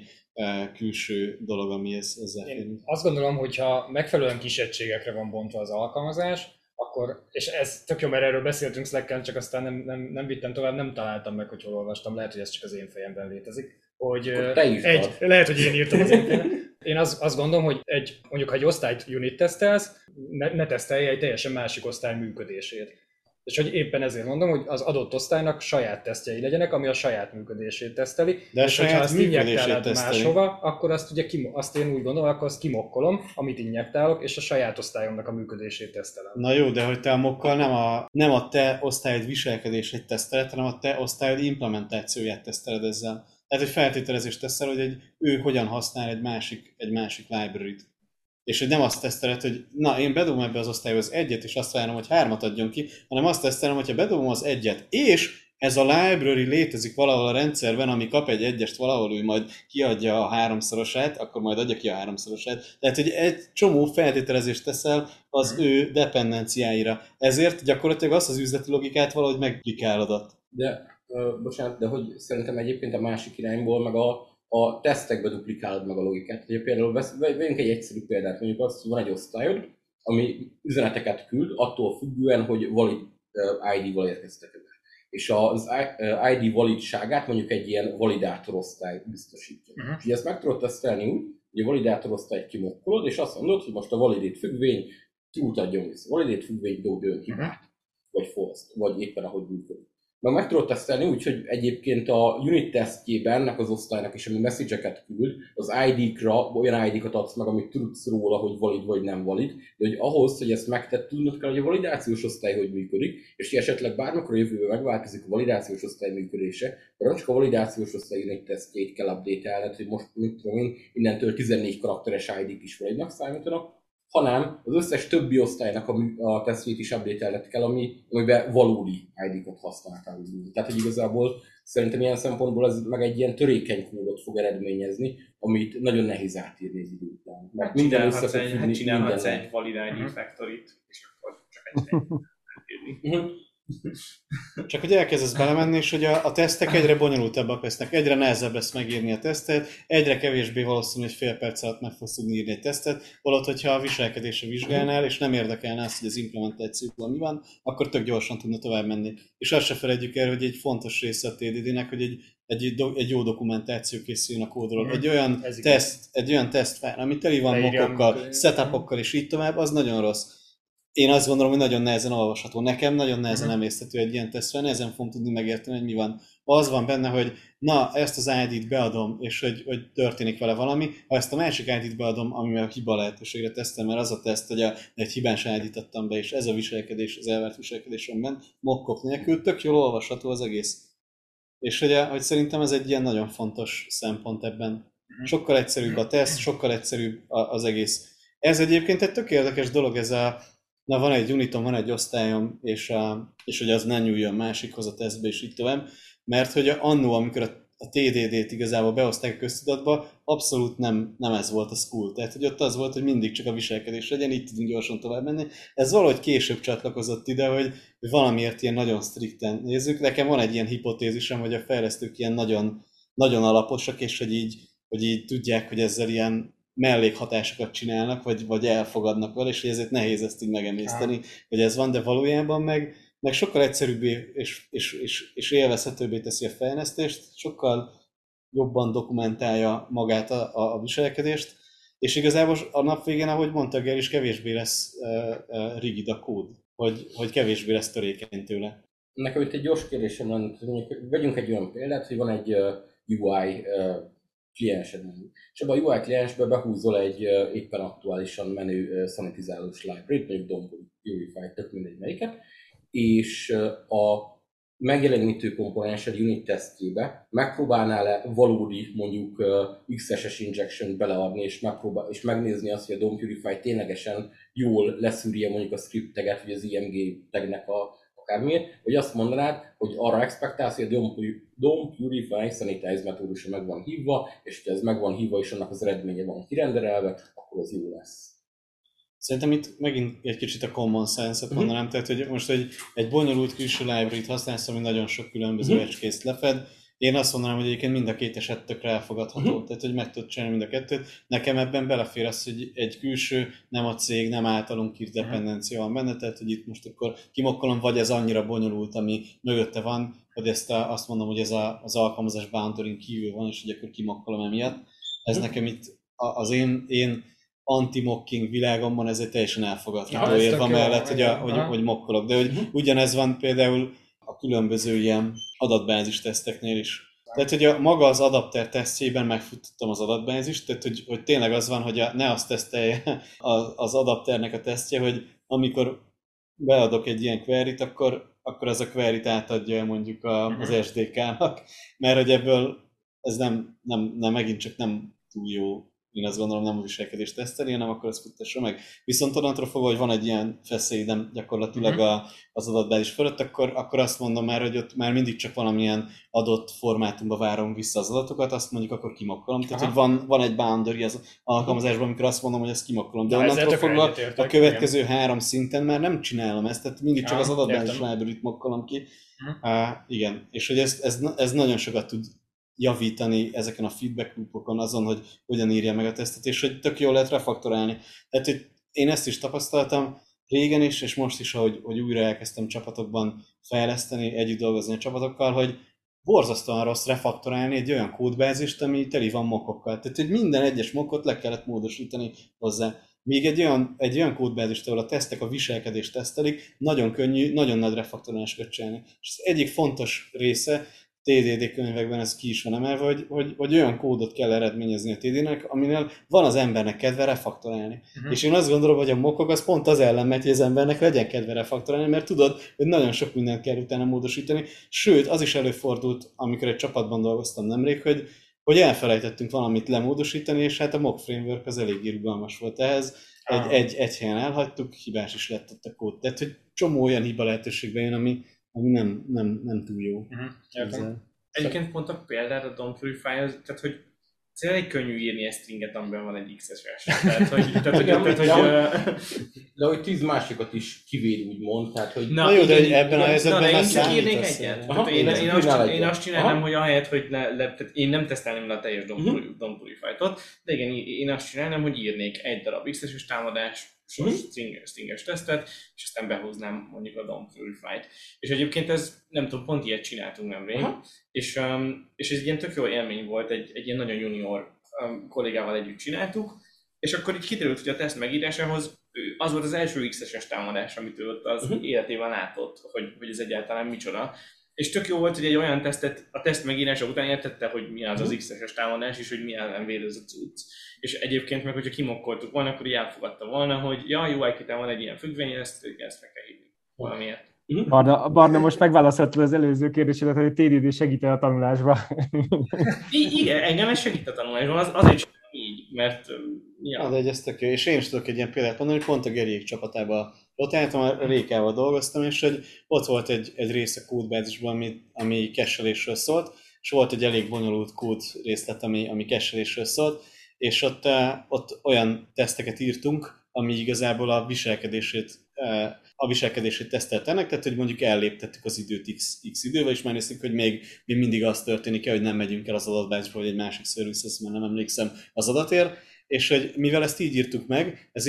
külső dolog, ami ez hozzáférni. Én azt gondolom, hogyha megfelelően kis egységekre van bontva az alkalmazás, akkor, és ez tök jó, mert erről beszéltünk Slacken, csak aztán nem, nem, nem vittem tovább, nem találtam meg, hogy hol olvastam, lehet, hogy ez csak az én fejemben létezik. Hogy egy, lehet, hogy én írtam az én fejemben. Én azt, azt gondolom, hogy egy, mondjuk, ha egy osztályt unit tesztelsz, ne, ne tesztelj egy teljesen másik osztály működését. És hogy éppen ezért mondom, hogy az adott osztálynak saját tesztjei legyenek, ami a saját működését teszteli. De és hogyha azt injektálod máshova, akkor azt, ugye kim, azt én úgy gondolom, akkor azt kimokkolom, amit injektálok, és a saját osztályomnak a működését tesztelem. Na jó, de hogy te a mokkal nem a, nem a te osztályod viselkedését teszteled, hanem a te osztályod implementációját teszteled ezzel. Tehát, hogy feltételezést teszel, hogy egy, ő hogyan használ egy másik, egy másik library-t. És hogy nem azt teszteled, hogy na, én bedobom ebbe az osztályhoz egyet, és azt várom, hogy hármat adjon ki, hanem azt tesztelem, hogyha bedobom az egyet, és ez a library létezik valahol a rendszerben, ami kap egy egyest valahol, ő majd kiadja a háromszorosát, akkor majd adja ki a háromszorosát. Tehát, hogy egy csomó feltételezést teszel az ő dependenciáira. Ezért gyakorlatilag azt az üzleti logikát valahogy megklikálod. De, uh, bocsánat, de hogy szerintem egyébként a másik irányból meg a a tesztekbe duplikálod meg a logikát. Ugye például vegyünk egy egyszerű példát, mondjuk azt, hogy van egy osztályod, ami üzeneteket küld, attól függően, hogy valid i dé-val érkeztek ebbe. És az i dé validságát mondjuk egy ilyen validátor osztály biztosítja. Uh-huh. És ezt meg tudod tesztelni úgy, hogy a validátor osztályt kimokkolod, és azt mondod, hogy most a validate függvény true-t adjon vissza. Validate függvény dobjon hibát, uh-huh. vagy false, vagy éppen ahogy működik. Meg meg tudod tesztelni úgy, hogy egyébként a unit tesztjében ennek az osztálynak is, ami message-eket küld, az i dé-kra olyan i dé-kat adsz meg, amit tudsz róla, hogy valid vagy nem valid, de hogy ahhoz, hogy ezt megtett, tudnod kell, hogy a validációs osztály hogy működik, és hogy esetleg bármikor a jövőben megváltozik a validációs osztály működése, akkor nem csak a validációs osztály unit tesztjét kell update-elned, hogy most, mit tudom én, innentől tizennégy karakteres i dé-k is validnak számítanak, hanem az összes többi osztálynak a, a tesztjét is update-elned kell, ami, amiben valódi i dé-kat használtál. Tehát, hogy igazából szerintem ilyen szempontból ez meg egy ilyen törékeny kódot fog eredményezni, amit nagyon nehéz átírni egy idő után. Mert minden össze fog függni. Hát csinálhatsz egy valid i dé factory-t, és akkor csak egy átírni. Csak hogy elkezdesz belemenni, és hogy a, a tesztek egyre bonyolultabbak lesznek, egyre nehezebb lesz megírni a tesztet, egyre kevésbé valószínű, hogy fél perc alatt meg fogsz tudni írni egy tesztet, holott, hogyha a viselkedésre vizsgálnál, és nem érdekelne azt, hogy az implementációban mi van, akkor tök gyorsan tudna tovább menni. És azt se felejtjük el, hogy egy fontos része a té dé dé-nek, hogy egy, egy, egy jó dokumentáció készüljön a kódról. Egy olyan teszt, egy olyan tesztfájl, ami teli van mockokkal, setupokkal és így tovább, az nagyon rossz. Én azt gondolom, hogy nagyon nehezen olvasható. Nekem nagyon nehezen emészthető egy ilyen tesztvel, nehezen fogom tudni megérteni, hogy mi van. Az van benne, hogy na, ezt az i dé-t beadom, és hogy, hogy történik vele valami. Ha ezt a másik i dé-t beadom, amivel hiba lehetőségre tesztem, mert az a teszt, hogy a, egy hibás i dé-t adtam be, és ez a viselkedés, az elvárt viselkedés van benne, mokkok nélkül, tök jól olvasható az egész. És hogy, hogy szerintem ez egy ilyen nagyon fontos szempont ebben. Sokkal egyszerűbb a teszt, sokkal egyszerűbb az egész. Ez egyébként egy tök érdekes dolog, ez a na van egy unitom, van egy osztályom, és, a, és hogy az ne nyúljon másikhoz a tesztbe, és így tovább. Mert hogy annó, amikor a, a té dé dé-t igazából behozták a köztudatba, abszolút nem, nem ez volt a school. Tehát, hogy ott az volt, hogy mindig csak a viselkedés legyen, így tudunk gyorsan tovább menni. Ez valahogy később csatlakozott ide, hogy valamiért ilyen nagyon strikten nézzük. Nekem van egy ilyen hipotézisem, hogy a fejlesztők ilyen nagyon, nagyon alaposak, és hogy így, hogy így tudják, hogy ezzel ilyen mellékhatásokat csinálnak, vagy, vagy elfogadnak vele, és hogy ezért nehéz ezt így megemészteni, hogy ez van, de valójában meg, meg sokkal egyszerűbbé és, és, és, és élvezhetőbbé teszi a fejlesztést, sokkal jobban dokumentálja magát a, a, a viselkedést, és igazából a nap végén, ahogy mondta Geri, is kevésbé lesz uh, uh, rigid a kód. hogy, hogy kevésbé lesz törékeny tőle. Nekem itt egy gyors kérdésem van, vegyünk egy olyan példát, hogy van egy U I kliensed mondjuk, és abban a U I kliensbe behúzol egy éppen aktuálisan menő szanitizálós library-t, mondjuk Dom Purify, tök mindegy melyiket, és a megjelenítő komponensed unit tesztjébe megpróbálnál-e valódi mondjuk uh, iksz es es injection beleadni, és, megpróbál, és megnézni azt, hogy a Dom Purify ténylegesen jól leszűrje mondjuk a script taget, vagy az I M G tagnek a akármiért, vagy azt mondanád, hogy arra expectálsz, hogy a Dom, Dom Purify sanitize metódusa meg van hívva, és hogyha ez meg van hívva, és annak az eredménye van kirenderelve, akkor az jó lesz. Szerintem itt megint egy kicsit a common sense-ot uh-huh. mondanám, tehát hogy most egy, egy bonyolult külső library-t használsz, ami nagyon sok különböző uh-huh. edge-case-t lefed. Én azt mondanám, hogy egyébként mind a két eset tökre elfogadható, uh-huh. tehát hogy meg tudod csinálni mind a kettőt. Nekem ebben belefér az, hogy egy külső, nem a cég, nem általunk írt dependencia van benne, tehát hogy itt most akkor kimokkolom, vagy ez annyira bonyolult, ami mögötte van, vagy ezt a, azt mondom, hogy ez a, az alkalmazás boundary kívül van, és hogy akkor kimokkolom emiatt. Ez uh-huh. nekem itt az én, én anti-mocking világomban ez egy teljesen elfogadható érva mellett, hogy, a, hogy, hogy mokkolok. De hogy uh-huh. ugyanez van például a különböző ilyen adatbázis teszteknél is. Tehát, hogy a, maga az adapter tesztjében megfutottam az adatbázist, tehát, hogy, hogy tényleg az van, hogy a, ne azt tesztelje az, az adapternek a tesztje, hogy amikor beadok egy ilyen query-t, akkor, akkor az a query-t átadja mondjuk a, az es dé ká-nak, mert hogy ebből ez nem, nem, nem, megint csak nem túl jó. Én azt gondolom, nem a viselkedést teszteli, hanem akkor ezt futtassa meg. Viszont onnantól fogva, hogy van egy ilyen feszélyem gyakorlatilag a, az adatbázis fölött, akkor, akkor azt mondom már, hogy ott már mindig csak valamilyen adott formátumba várom vissza az adatokat, azt mondjuk akkor kimokkolom. Tehát, Aha. hogy van, van egy boundary az alkalmazásban, amikor azt mondom, hogy ezt kimokkolom. De onnantól fogva a következő igen. három szinten már nem csinálom ezt, tehát mindig csak az adatbázis library-t mokkolom ki. Uh, igen, és hogy ez, ez, ez nagyon sokat tud javítani ezeken a feedback loopokon azon, hogy hogyan írja meg a tesztet, és hogy tök jól lehet refaktorálni. Tehát, hogy én ezt is tapasztaltam régen is, és most is, ahogy, hogy újra elkezdtem csapatokban fejleszteni, együtt dolgozni a csapatokkal, hogy borzasztóan rossz refaktorálni egy olyan kódbázist, ami teli van mockokkal. Tehát, hogy minden egyes mockot le kellett módosítani hozzá. Még egy olyan, egy olyan kódbázist, ahol a tesztek a viselkedést tesztelik, nagyon könnyű, nagyon nagy refaktorálásokat csinálni. És az egyik fontos része, té dé dé könyvekben ez ki is van emelve, hogy, hogy, hogy olyan kódot kell eredményezni a té dé dének, aminél van az embernek kedve refaktorálni. Uh-huh. És én azt gondolom, hogy a mockok az pont az ellen megy, hogy az embernek legyen kedve refaktorálni, mert tudod, hogy nagyon sok mindent kell utána módosítani. Sőt, az is előfordult, amikor egy csapatban dolgoztam nemrég, hogy, hogy elfelejtettünk valamit lemódosítani, és hát a mock framework az elég irgalmas volt ehhez. Egy, egy, egy helyen elhagytuk, hibás is lett ott a kód. Tehát, hogy csomó olyan hiba lehetőségbe jön, ami ami nem, nem, nem túl jó. Uh-huh. Egyébként pont a példára a Dom Purify, tehát hogy szerintem elég könnyű írni egy stringet, amiben van egy iksz es es. Tehát, hogy... Tehát, hogy, tehát, hogy de, de hogy tíz másikat is kivéd, úgymond, tehát, hogy... Na, na jó, de igen, ebben a helyzetben na, lesz én írnék egyet. Aha, én, én, én, azt, én azt csinálnám, hogy ahelyett, hogy le, le, tehát én nem tesztelném le a teljes Dom uh-huh. Purify-t, de igen, én azt csinálnám, hogy írnék egy darab iksz es es támadás, sos uh-huh. stringes, stringes tesztet, és aztán behúznám mondjuk a Dom Purify-t. És egyébként ez, nem tudom, pont ilyet csináltunk nemrég, uh-huh. és, um, és ez egy ilyen tök jó élmény volt, egy, egy ilyen nagyon junior um, kollégával együtt csináltuk, és akkor így kiderült, hogy a teszt megírásához az volt az első iksz es es támadás, amit ő ott az uh-huh. életében látott, hogy, hogy ez egyáltalán micsoda. És tök jó volt, hogy egy olyan tesztet, a teszt megírása után értette, hogy mi az az iksz es es támadás, és hogy mi ellen véd ez a cucc. És egyébként meg, hogyha kimokkoltuk volna, akkor így elfogadta volna, hogy ja, U I kitán van egy ilyen függvény, ezt, ezt meg kell hívni valamiért. Barna, Barna, most megválaszoltad az előző kérdésedet, hogy té dé dé segít a tanulásba. I- igen, engem ez segít a tanulásban, az, azért sem így, mert... Ja. Az egy ez tök jó. És én is tudok egy ilyen példát mondani, hogy pont a Geriék csapatában rotáltam, a Rékával dolgoztam, és hogy ott volt egy, egy rész a kódbázisban, ami, ami cache-elésről szólt, és volt egy elég bonyolult kód részlet, ami, ami cache-elésről szólt, és ott, ott olyan teszteket írtunk, ami igazából a viselkedését, a viselkedését tesztelt ennek, tehát hogy mondjuk elléptettük az időt x, x idővel, és már néztük, hogy még, még mindig az történik, hogy nem megyünk el az adatbázisba, vagy egy másik szervizhez, mert nem emlékszem az adatért, és hogy mivel ezt így írtuk meg, ezért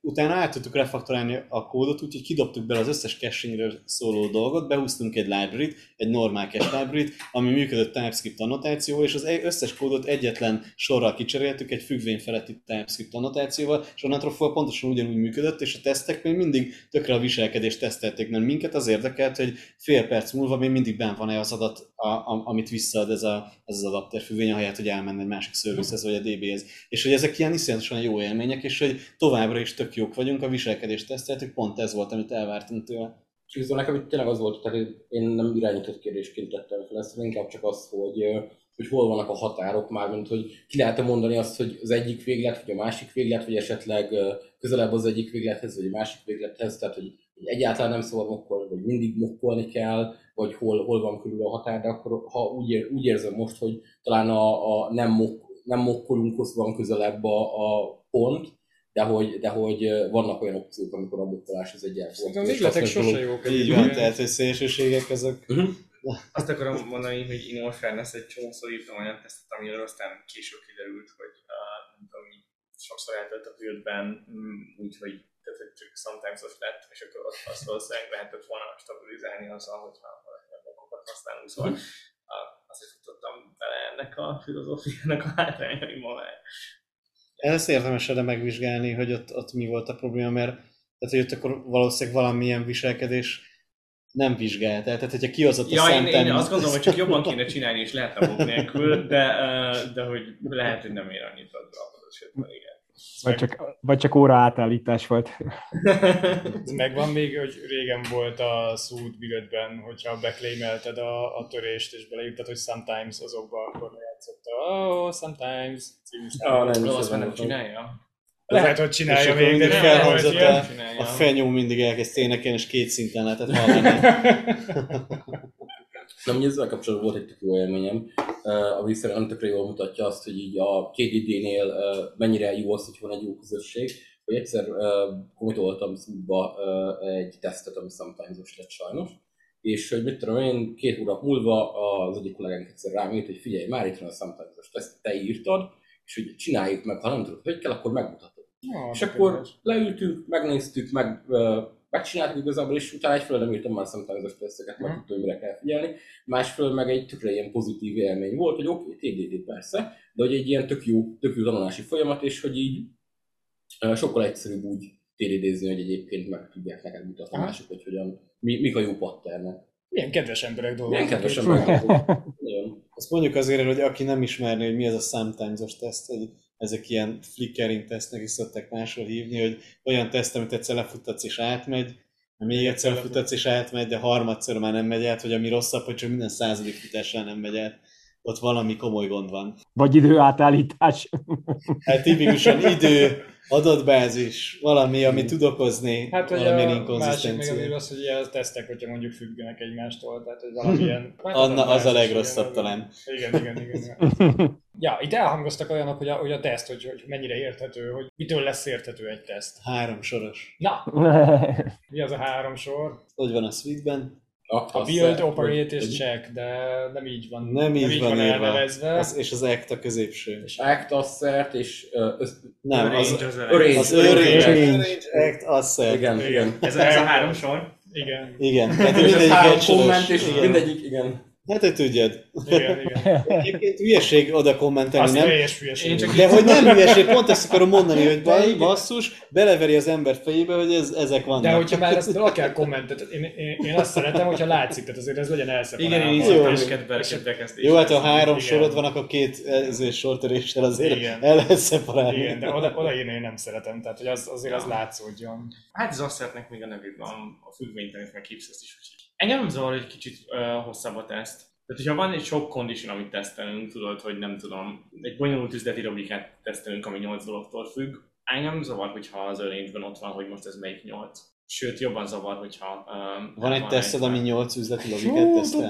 utána át tudtuk refaktorálni a kódot, úgyhogy kidobtuk bele az összes cachingről szóló dolgot, behúztunk egy library-t, egy normál cache library-t, ami működött TypeScript annotációval, és az összes kódot egyetlen sorral kicseréltük egy függvény feletti TypeScript annotációval, és onnantól fogva pontosan ugyanúgy működött, és a tesztek még mindig tökre a viselkedést tesztelték, mert minket az érdekelt, hogy fél perc múlva még mindig benn van-e az adat, a, a, amit visszaad ez, a, ez az adapter függvény, ahelyett, hogy elmenne egy másik szervizhez vagy a dé béhez. És hogy ezek ilyen iszonyatosan jó élmények, és hogy továbbra is tök jók vagyunk, a viselkedést teszteltük, pont ez volt, amit elvártunk tőle. És igazából nekem itt tényleg az volt, tehát én nem irányított kérdésként tettem fel ezt, inkább csak az, hogy, hogy hol vannak a határok, mármint hogy ki lehet mondani azt, hogy az egyik véglet, vagy a másik véglet, vagy esetleg közelebb az egyik véglethez, vagy a másik véglethez, tehát hogy egyáltalán nem szabad mokkolni, vagy mindig mokkolni kell, vagy hol, hol van körül a határ, de akkor ha úgy, ér, úgy érzem most, hogy talán a, a nem, mok, nem mokkolunk, van közelebb a, a pont, de hogy, de hogy vannak olyan opciók, amikor a mokkolás az egy elfogadott. A végletek sose jók. Így van, tehát hogy szélsőségek azok. Uh-huh. Azt akarom mondani, hogy én most Fairness egy csomószor írtam olyan tesztet, amiről aztán később kiderült, hogy uh, nem tudom, sokszor eltölt a buildben, úgyhogy tehát, hogy csak sometimes-os lett, és akkor azt, azt valószínűleg lehetett volna stabilizálni azzal, hogyha valakinek mokokat használunk, szóval uh, azért futottam bele ennek a filozófiának a hátrányai ma már. Ezt érdemes erre megvizsgálni, hogy ott, ott mi volt a probléma, mert tehát, hogy ott akkor valószínűleg valamilyen viselkedés nem vizsgált el. Tehát, hogyha kihozott a ja, szemten... Én, én azt gondolom, hogy csak jobban kéne csinálni, és lehetne bug nélkül, de, de hogy lehet, hogy nem ér annyit a adott esetben, igen. Vagy csak, vagy csak óra átállítás volt. Megvan még, hogy régen volt a Suit buildben, hogyha beclaimelted a, a törést, és beleírtad, hogy sometimes azokba, akkor lejátszotta. Oh, sometimes. Ah, nem, nem azt már nem csinálja. Lehet, hogy csinálja még, de mindig nem felhangzott lehet, a, hogy a fenyó mindig elkezd énekelni, és két szinten lehetett hallani. Na, ugye ezzel kapcsolatban volt egy tök jó élményem, ami szerintem tökre jól mutatja azt, hogy így a ká dé dé-nél mennyire jó az, hogy van egy jó közösség, hogy egyszer komitoltam Suitba egy tesztet, ami sometimes-os lett sajnos, és hogy mit tudom én, két hónap múlva az egyik kollégánk egyszer rám írt, hogy figyelj, már itt van a sometimes-os teszt, te írtad, és hogy csináljuk meg, ha nem tudod, hogy kell, akkor megmutatod. No, és akkor leültünk, megnéztük, meg, uh, megcsináltuk igazából, és utána egyfelől nem írtam már sometimes-os teszteket, meg tudtam, hogy mire kell figyelni. Másfelől meg egy tökre ilyen pozitív élmény volt, hogy oké, okay, té dé dé persze, de hogy egy ilyen tök jó, tök jó tanulási folyamat, és hogy így uh, sokkal egyszerűbb úgy té dé dé-zni, hogy egyébként meg tudják neked mutatni mások, hogy hogyan, mi, mik a jó patternek. Milyen kedves emberek dolgoznak. Milyen kedves emberek dolgoznak. Azt mondjuk azért, hogy aki nem ismerné, hogy mi az a sometimes-os teszt, hogy ezek ilyen flickering tesztnek is szokták máshol hívni, hogy olyan teszt, amit egyszer lefuttatsz és átmegy, még egyszer lefuttatsz és átmegy, de harmadszor már nem megy át, hogy ami rosszabb, hogy csak minden századik futással nem megy át. Ott valami komoly gond van. Vagy időátállítás. Hát tipikusan idő, adatbázis, valami, ami tud okozni hát, valamilyen inkonzisztenciát. Másik még az, hogy ilyen tesztek, hogyha mondjuk függenek egymástól, tehát hogy valamilyen... Hát Anna, az a legrosszabb talán. Igen, igen, igen. igen. Ja, itt elhangoztak olyanok, hogy a, hogy a teszt, hogy, hogy mennyire érthető, hogy mitől lesz érthető egy teszt. Három soros. Na, mi az a három sor? Hogy van a Suite-ben? A build, operate és check, de nem így van. Nem így, nem így van, van elnevezve. Az, és az act a középső. És act, assert és uh, nem, az az arrange. Az arrange, act, assert. Igen, igen. Ez, ez a három sor? Igen. Igen. Tehát mindegyik három komment, és igen. mindegyik, igen. Hát, hogy tudjad. Igen, igen. Egyébként hülyeség oda kommentelni, nem? Azt hülyeség. Csak de hogy nem hülyeség, pont ezt akarom mondani, hogy baj, basszus, beleveri az ember fejébe, hogy ez, ezek vannak. De hogyha már ezt be kell kommentet, én, én, én azt szeretem, hogyha látszik, tehát azért ez legyen elszeparálva. Igen, én is szoktam bekezdés. Jó, hát ha három sorod van, akkor két sortöréssel azért igen. el lehet szeparálni. Igen, de oda, oda én, én nem szeretem, tehát hogy az, azért az látszódjon. Hát az azt szeretnek még a nevében, a függvénytelenít meg hipszt is, úgyhogy engem nem zavar, hogy kicsit uh, hosszabb a teszt. Tehát, hogyha van egy sok condition, amit tesztelünk, tudod, hogy nem tudom, egy bonyolult üzleti logikát tesztelünk, ami nyolc dologtól függ, engem nem zavar, hogyha az arrange-ben ott van, hogy most ez melyik nyolc. Sőt, jobban zavar, hogyha... Um, van egy teszted, ami nyolc üzleti logikát tesztel?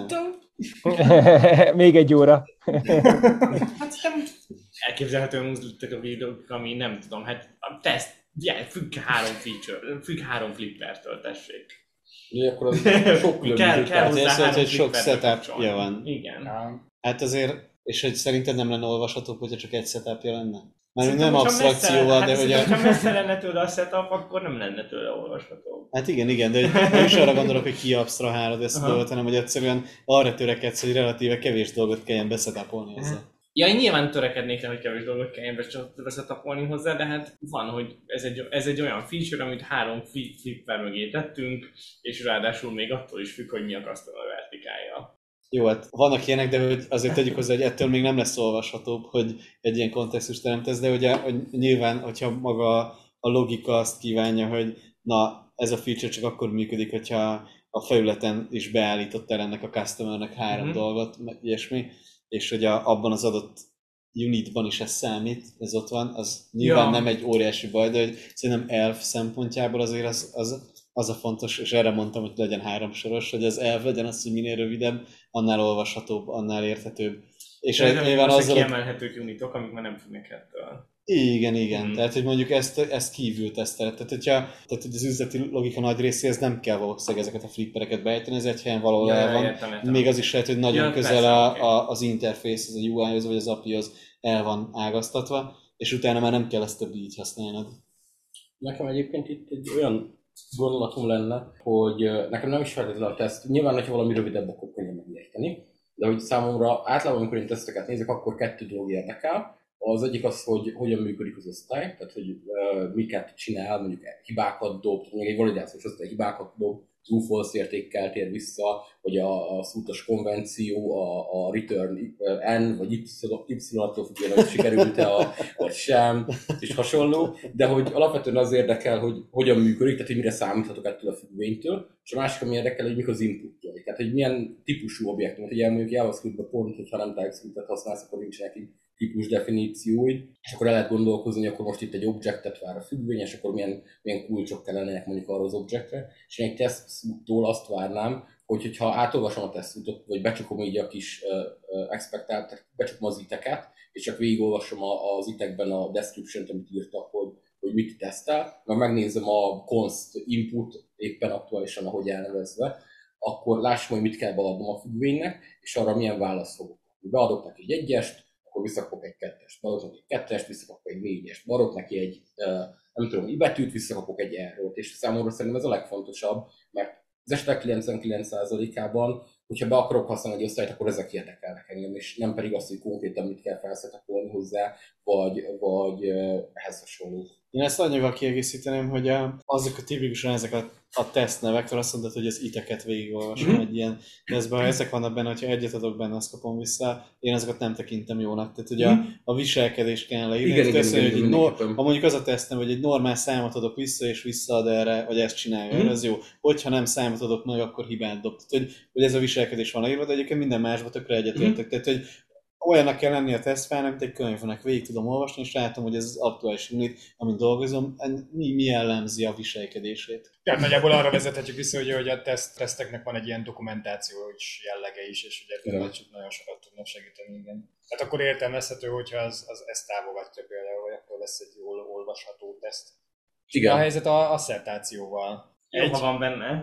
Még egy óra. Hát nem elképzelhetően üzletek a videók, ami nem tudom, hát a teszt, yeah, függ három feature, függ három flippertől, tessék. Ja, akkor az sok különböző. Kell, kell hozzá három hogy sok setupja van. Igen. Hát azért, és hogy szerinted nem lenne olvashatóbb, hogyha csak egy setupja lenne? Már nem absztrakcióval, de hogy... Ha messze lenne tőle a setup, akkor nem lenne tőle olvasható. Hát igen, igen, de nem is arra gondolok, hogy kiabsztrahálod ezt a dolgot, hanem hogy egyszerűen arra törekedsz, hogy relatíve kevés dolgot kelljen beszetapolni ezzel. Ja, én nyilván törekednék rá, hogy kevés dolgot kelljen beszetapolni hozzá, de hát van, hogy ez egy, ez egy olyan feature, amit három flipper mögé tettünk, és ráadásul még attól is függ, hogy mi a customer vertikálja. Jó, hát vannak ilyenek, de hogy azért tegyük hozzá, hogy ettől még nem lesz olvashatóbb, hogy egy ilyen kontextust teremtesz, de ugye hogy nyilván, hogyha maga a logika azt kívánja, hogy na, ez a feature csak akkor működik, hogyha a felületen is beállítottál ennek a customernek három mm-hmm. dolgot, ilyesmi, és hogy a, abban az adott unitban is ez számít, ez ott van, az nyilván ja. nem egy óriási baj, de hogy szerintem elf szempontjából azért az, az, az a fontos, és erre mondtam, hogy legyen három soros, hogy az elf legyen az, hogy minél rövidebb, annál olvashatóbb, annál érthetőbb. És de nyilván azzal kiemelhetők unitok, amik már nem függnek ettől. Igen, igen. Hmm. Tehát, hogy mondjuk ezt, ezt kívül tesztelet. Tehát, hogyha, tehát, hogy az üzleti logika nagy részéhez nem kell valószínűleg ezeket a flippereket beállítani, ez egy helyen valahol ja, el van. Értem, értem. Még az is lehet, hogy nagyon ja, közel persze, a, okay. a, az interfész, az a u i-hoz vagy az á pé i-hoz el van ágaztatva, és utána már nem kell ezt több így használnod. Nekem egyébként itt egy olyan gondolatom lenne, hogy nekem nem is feltétlenül a teszt. Nyilván, hogyha valami rövidebb, akkor könnyen megérteni. De hogy számomra általában, amikor én teszteket nézek, akkor kettő dolog érdekel. Az egyik az, hogy hogyan működik az osztály, tehát hogy uh, miket csinál, mondjuk hibákat dob, mondjuk egy validációs osztály hibákat dob, true false értékkel tér vissza, vagy a, a szútos konvenció, a, a return n vagy y, y-attól függően, hogy sikerült-e a, vagy sem, és hasonló, de hogy alapvetően az érdekel, hogy hogyan működik, tehát hogy mire számíthatok ettől a függvénytől, és a másik, ami érdekel, hogy mik az inputjai, tehát hogy milyen típusú objektumot, ugye mondjuk JavaScript-ben pont, hogyha nem TypeScript-et használsz, akkor nincsenek így típus definíciói, és akkor el lehet gondolkozni, hogy akkor most itt egy objektet vár a függvény, és akkor milyen, milyen kulcsok kellenek mondjuk arra az objektre. És én egy tesztúttól azt várnám, hogy hogyha átolvasom a tesztútot, vagy becsukom így a kis uh, uh, expectált, becsukom az iteket, és csak végigolvasom a, az itekben a description-t, amit írtak, hogy, hogy mit tesztel, meg megnézem a const input éppen aktuálisan, ahogy elnevezve, akkor lássam, hogy mit kell beadnom a függvénynek, és arra milyen választ fogok. Beadok neki egy egyest, akkor visszakapok egy kettest, beadok neki egy kettest, visszakapok egy négyest, beadok neki egy, uh, nem tudom, egy betűt, visszakapok egy errót, és számomra szerintem ez a legfontosabb, mert az esetek kilencvenkilenc százalékában, hogyha be akarok használni egy osztályt, akkor ezek érdekelnek engem, és nem pedig azt, hogy konkrétan mit kell felszetakolni hozzá, vagy, vagy uh, ehhez hasonló. Én ezt annyival kiegészíteném, hogy a, azok a tipikusan ezek a, a tesztnevektől azt mondod, hogy az iteket végigolvasom mm-hmm. egy ilyen tesztben, ha ezek vannak benne, hogyha egyet adok benne, azt kapom vissza, én azokat nem tekintem jónak. Tehát ugye mm-hmm. a, a viselkedést kell leírni, igen, igen, igen, igen, no, ha mondjuk az a tesztem, hogy egy normál számot adok vissza, és visszaad erre, vagy ezt csinálja, mm-hmm. az jó. Hogyha nem számot adok meg, akkor hibát dob. Tehát, hogy, hogy ez a viselkedés van leírva, de egyébként minden másban tökre egyetértek. Mm-hmm. Tehát, hogy olyannak kell lenni a tesztfájlnak, mint egy könyvnek, végig tudom olvasni, és látom, hogy ez az aktuális unit, amit dolgozom, mi, mi jellemzi a viselkedését. Tehát nagyjából arra vezethetjük vissza, hogy, hogy a teszt, teszteknek van egy ilyen dokumentációs jellege is, és ugye ja. nagyon sokat tudnak segíteni, igen. Tehát akkor értelmezhető, hogyha az, az ezt támogatja például, hogy akkor lesz egy jól olvasható teszt. Igen. A helyzet a asszertációval. Jó, egy... ha van benne.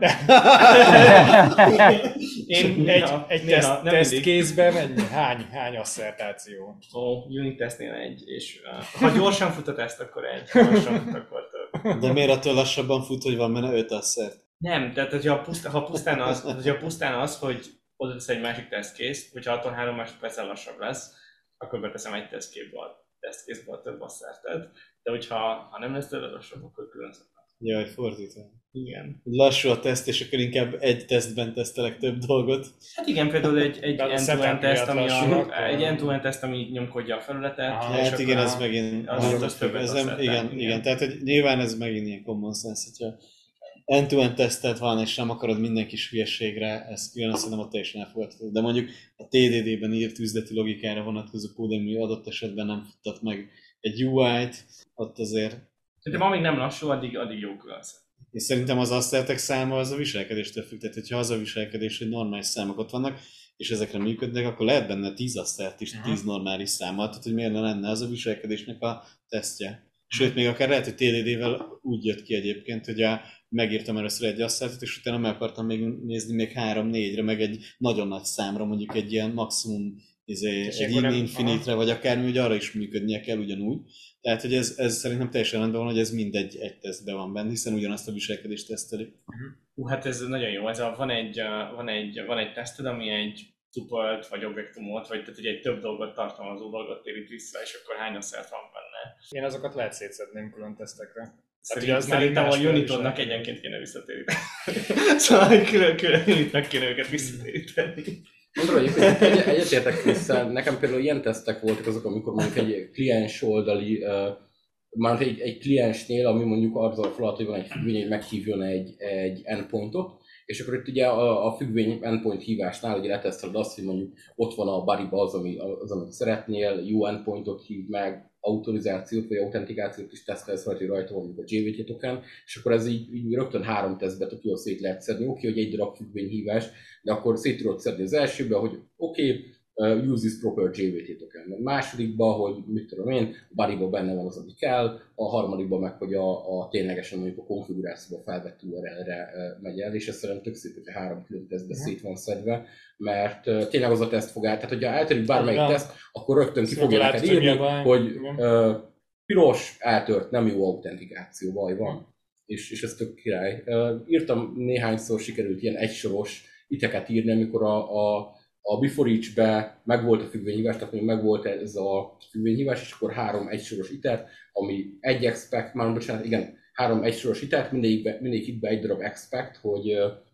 Én egy, egy teszt, tesztkészben mennyi? Hány, hány asszertáció? Ó, unit tesztnél egy, és uh, ha gyorsan fut a teszt, akkor egy, ha lassan fut, akkor több. De miért attól lassabban fut, hogy van benne öt asszert? Nem, tehát hogyha pusztán, ha pusztán az, hogyha pusztán az, hogy oda tesz egy másik tesztkész, hogyha attól három másodperccel lassabb lesz, akkor beteszem egy tesztkészből, tesztkészből több asszertet, de hogyha ha nem lesz tőle lassabb, akkor külön szokott. Jaj, fordítva. Igen. Lassú a teszt, és akkor inkább egy tesztben tesztelek több dolgot. Hát igen, például egy, egy end-to-end teszt, ami, a, egy end-to-end teszt, ami nyomkodja a felületet. Ah, hát igen, ez megint... Az, az, az többet ez nem, igen, igen, igen, tehát hogy nyilván ez megint ilyen common sense, hogyha end-to-end teszted van, és nem akarod minden kis hülyeségre, ezt külön azt hiszem, ott teljesen elfogadható. De mondjuk a té dé dé-ben írt üzleti logikára vonatkozó kód, ami adott esetben nem futtat meg egy u i-t, ott azért... De amíg nem lassú, addig, addig jó különböző. És szerintem az asszertek száma az a viselkedéstől függ. Tehát, hogyha az a viselkedés, hogy normális számok ott vannak, és ezekre működnek, akkor lehet benne tíz asszert is, tíz normális számmal. Tehát, hogy miért ne lenne az a viselkedésnek a tesztje. Sőt, még akár lehet, hogy té dé dé-vel úgy jött ki egyébként, hogy a, megírtam először egy asszertet, és utána meg akartam még nézni még három-négyre, meg egy nagyon nagy számra, mondjuk egy ilyen maximum izé, egy in infinite-re, vagy akármi, hogy arra is működnie kell ugyanúgy. Tehát, hogy ez, ez szerintem teljesen rendben van, hogy ez mindegy egy tesztben van benne, hiszen ugyanazt a viselkedést teszteli. Uh, hát ez nagyon jó. Ez a, van, egy, van, egy, van egy teszted, ami egy tupelt, vagy objektumot, vagy tehát ugye egy több dolgot tartalmazó dolgot térít vissza, és akkor hányaszert van benne. Én azokat lehet szétszedném külön tesztekre. Szerintem, hát, szerintem a Unitodnak egyenként kéne visszatéríteni. Szóval külön, külön Unitnak kéne őket visszatéríteni. Mondom, egyébként egy, egyetértek vissza, nekem például ilyen tesztek voltak azok, amikor mondjuk egy kliens oldali, uh, már egy, egy kliensnél, ami mondjuk azzal feladat, hogy van egy függvény, hogy meghívjon egy, egy endpointot, és akkor itt ugye a, a függvény endpoint hívásnál ugye leteszteled azt, hogy mondjuk ott van a bodyba az, ami, az, amit szeretnél, jó endpointot hív meg, autorizációt vagy autentikációt is tesztelsz rajta, hogy rajta van mondjuk a jé vé té token, és akkor ez így, így rögtön három tesztbe tök jól szét lehet szedni. Oké, okay, hogy egy darab függvényhívás, de akkor szét tudod szedni az elsőbe, hogy oké, okay, uh, use this proper jé vé té token. A másodikba, hogy mit tudom én, bodyba benne van az, ami kell, a harmadikba meg, hogy a, a ténylegesen mondjuk a konfigurációba felvett u er el-re uh, megy el, és ez szerintem tök szép, hogyha három külön tesztbe szét van szedve, mert uh, tényleg az a teszt fog el, tehát hogyha elterik bármelyik ja. teszt, akkor rögtön ki fogja neked írni, hogy uh, piros, eltört, nem jó autentikáció, baj van. És, és ez tök király. Uh, írtam néhányszor, sikerült ilyen egysoros iteket írni, amikor a, a, a before each-be megvolt a függvényhívás, tehát még megvolt ez a függvényhívás, és akkor három egysoros itet, ami egy expect, már bocsánat, igen, három egysoros itet, mindegyikbe, mindegyikbe egy darab expect, hogy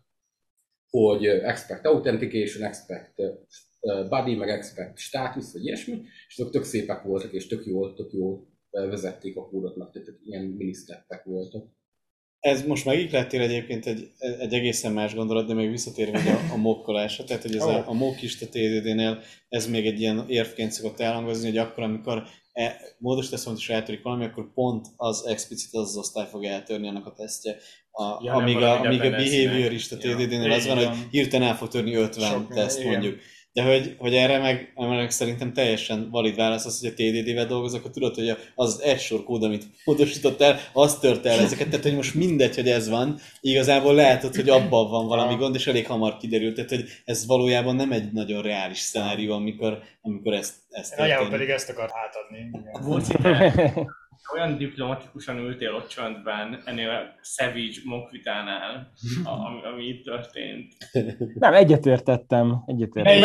hogy expect authentication, expect body, meg expect status, vagy ilyesmi, és azok tök szépek voltak, és tök jól, tök jól vezették a kódot, tehát ilyen mini-steppek voltak. Ez most megiklettél egyébként egy, egy egészen más gondolat, de még visszatérve a, a mokkolásra, tehát hogy ez oh. a, a mokkista té dé dé-nél ez még egy ilyen érvként szokott elhangozni, hogy akkor, amikor e, módosítasz valamit is eltörik valami, akkor pont az explicit az az osztály fog eltörni annak a tesztje. A, ja, amíg, a, amíg a behaviorista té dé dé-nél ja, az van, hogy hirtelen el fog törni ötven Sok, teszt igen. mondjuk. De hogy, hogy erre meg, meg szerintem teljesen valid válasz az, hogy a té dé dé-vel dolgozok, akkor tudod, hogy az az egy sor kód, amit módosítottál, az tört el ezeket. Tehát, hogy most mindegy, hogy ez van, igazából lehetett, hogy abban van valami gond, és elég hamar kiderült. Tehát, hogy ez valójában nem egy nagyon reális szenárió, amikor, amikor ezt, ezt történik. Nagyjából pedig ezt akart hátadni. Volt olyan diplomatikusan ültél ott csöndben ennél a Savage mockvitánál, ami, ami itt történt. Nem, egyetértettem. Egyetértettem.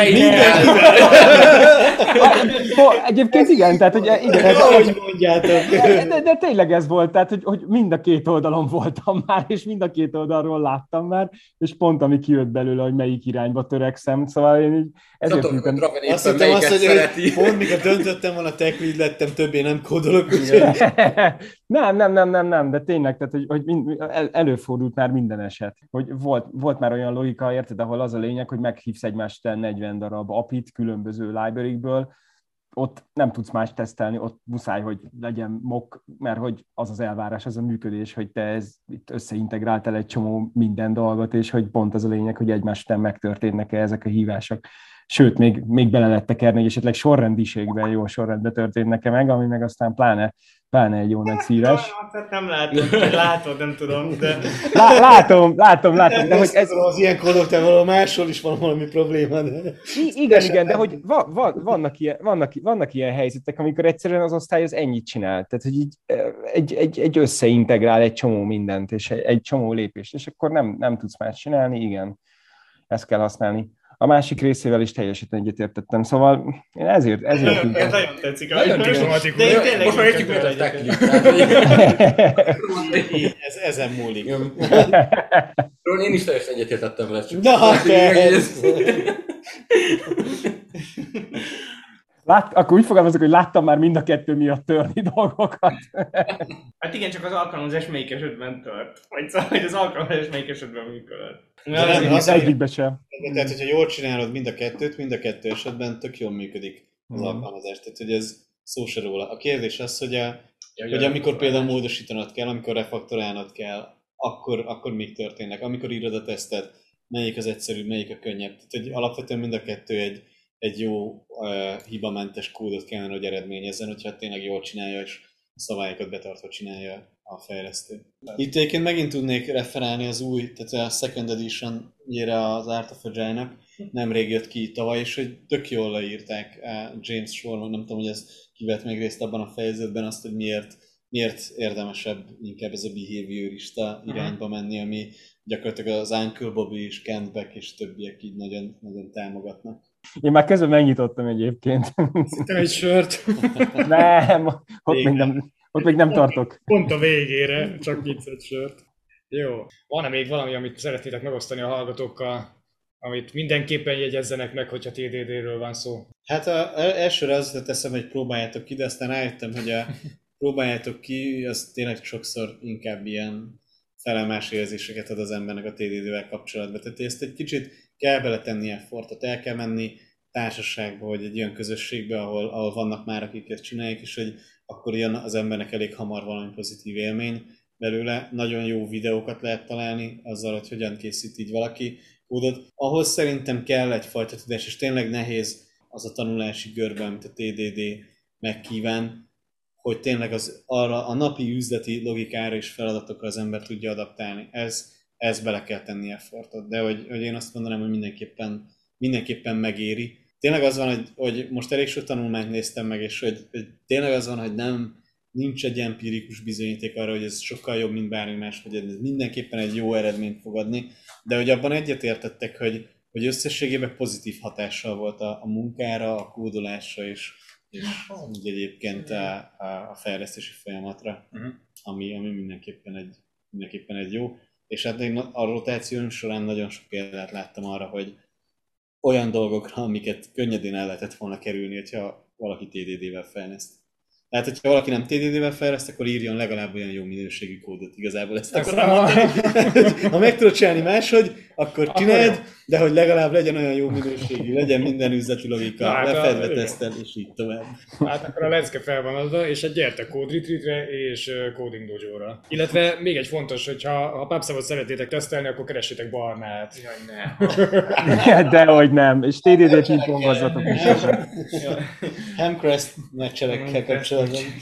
Egyébként igen, tehát hogy igen, ez ahogy mondjátok. De, de tényleg ez volt, tehát hogy, hogy mind a két oldalon voltam már, és mind a két oldalról láttam már, és pont ami kijött belőle, hogy melyik irányba törekszem, szóval én így ezért Tudom, mondtam. Azt hittem azt, hogy pont mikor döntöttem volna, tech lead lettem, többé nem kódolok, úgyhogy... Nem, nem, nem, nem, nem, de tényleg, tehát, hogy, hogy mind, el, előfordult már minden eset. Hogy volt, volt már olyan logika, érted, ahol az a lényeg, hogy meghívsz egymást negyven darab apit különböző library-ből, ott nem tudsz más tesztelni, ott muszáj, hogy legyen mock, mert hogy az az elvárás, az a működés, hogy te ez, itt összeintegráltál egy csomó minden dolgot, és hogy pont az a lényeg, hogy egymás után megtörténnek-e ezek a hívások. Sőt, még, még bele lehet tekerni, hogy esetleg sorrendiségben jó sorrendben történnek-e meg, ami meg aztán pláne, pláne egy jó nagy szívás. Nem látom, látod, nem tudom, de... Lá, látom, látom, látom, de hogy ez... Az ilyen kódoktál valahol máshol is van valami probléma, de... I- igen, igen, de hogy va, va, vannak, ilyen, vannak, vannak ilyen helyzetek, amikor egyszerűen az osztály az ennyit csinál, tehát hogy így egy, egy, egy összeintegrál egy csomó mindent, és egy, egy csomó lépést, és akkor nem, nem tudsz más csinálni, igen, ezt kell használni. A másik részével is teljesen egyetértettem, szóval én ezért... ezért nagyon, ez nagyon tetszik. Nagyon diplomatikus. De tényleg most már értjük, hogy a Ez ezen múlik. Én is teljesen egyetértettem vele. Na, Lát, akkor úgy fogalmazok, hogy láttam már mind a kettő miatt törni dolgokat. Hát igen, csak az alkalmazás melyik esetben tört. Vagy szóval, hogy az alkalmazás melyik esetben működött. De nem, az egyikbe sem. Tehát, hogyha jól csinálod mind a kettőt, mind a kettő esetben tök jól működik az hmm. alkalmazás. Tehát, hogy ez szó se róla. A kérdés az, hogy, a, ja, hogy amikor például módosítanod kell, amikor refaktorálnod kell, akkor, akkor még történnek. Amikor írod a tesztet, melyik az egyszerűbb, melyik a könnyebb. Tehát, hogy alapvetően mind a kettő egy, egy jó uh, hibamentes kódot kellene, hogy eredményezzen, hogyha tényleg jól csinálja, és a szabályokat betartva csinálja a fejlesztő. Itt egyébként megint tudnék referálni az új, tehát a Second Edition-jére az Art of Agile-nak, nemrég jött ki tavaly, és hogy tök jól leírták James Shorman, nem tudom, hogy ez kivett még részt abban a fejezetben azt, hogy miért, miért érdemesebb inkább ez a behaviorista irányba menni, ami gyakorlatilag az Uncle Bobby és Kent Beck és többiek így nagyon, nagyon támogatnak. Én már közben megnyitottam egyébként. Szerintem egy sört. Nem, ott még nem, ott még nem tartok. Pont a végére, csak viccet sört. Jó. Van-e még valami, amit szeretnétek megosztani a hallgatókkal, amit mindenképpen jegyezzenek meg, hogyha té dé dé-ről van szó? Hát a, a, elsőre az jutott eszembe, hogy próbáljátok ki, de aztán rájöttem, hogy a próbáljátok ki, az tényleg sokszor inkább ilyen felemás érzéseket ad az embernek a té dé dé-vel kapcsolatban. Tehát ezt egy kicsit kell beletenni effortot, el kell menni társaságba, vagy egy olyan közösségbe, ahol, ahol vannak már, akik ezt csinálják, és hogy akkor jön az embernek elég hamar valami pozitív élmény belőle. Nagyon jó videókat lehet találni azzal, hogy hogyan készít így valaki kódot. Ahhoz szerintem kell egyfajta tudás, és tényleg nehéz az a tanulási görbe, amit a té dé dé megkíván, hogy tényleg az, arra a napi üzleti logikára és feladatokra az ember tudja adaptálni. Ez, ez bele kell tenni effortot, de hogy, hogy én azt mondanám, hogy mindenképpen, mindenképpen megéri. Tényleg az van, hogy, hogy most elég sok tanulmányt néztem meg, és hogy, hogy tényleg az van, hogy nem, nincs egy empirikus bizonyíték arra, hogy ez sokkal jobb, mint bármi más, hogy ez mindenképpen egy jó eredményt fog adni, de hogy abban egyetértettek, hogy, hogy összességében pozitív hatással volt a, a munkára, a kódolásra és, és úgy egyébként a, a, a fejlesztési folyamatra, uh-huh. ami, ami mindenképpen, egy, mindenképpen egy jó. És hát én a rotációm során nagyon sok példát láttam arra, hogy olyan dolgokra, amiket könnyedén el lehetett volna kerülni, hogyha valaki té dé dé-vel fejleszt. Tehát, hogyha valaki nem té dé dé-vel fejleszt, akkor írjon legalább olyan jó minőségű kódot. Igazából ezt akarom mondani. Ha meg tudod csinálni máshogy, akkor csináld, de hogy legalább legyen olyan jó minőségű, legyen minden üzleti logika, hát lefedve tesztel, és így tovább. Hát akkor a lecke fel van adva, és egy gyertek Code Retreat-re és Coding Dojo-ra. Illetve még egy fontos, hogy ha, ha PubSubot szeretnétek tesztelni, akkor keressétek Barnát. Jaj, ne. Dehogy nem, és té dé dé pingpongozzatok is. Hemcrest meccselekkel kapcsolatban.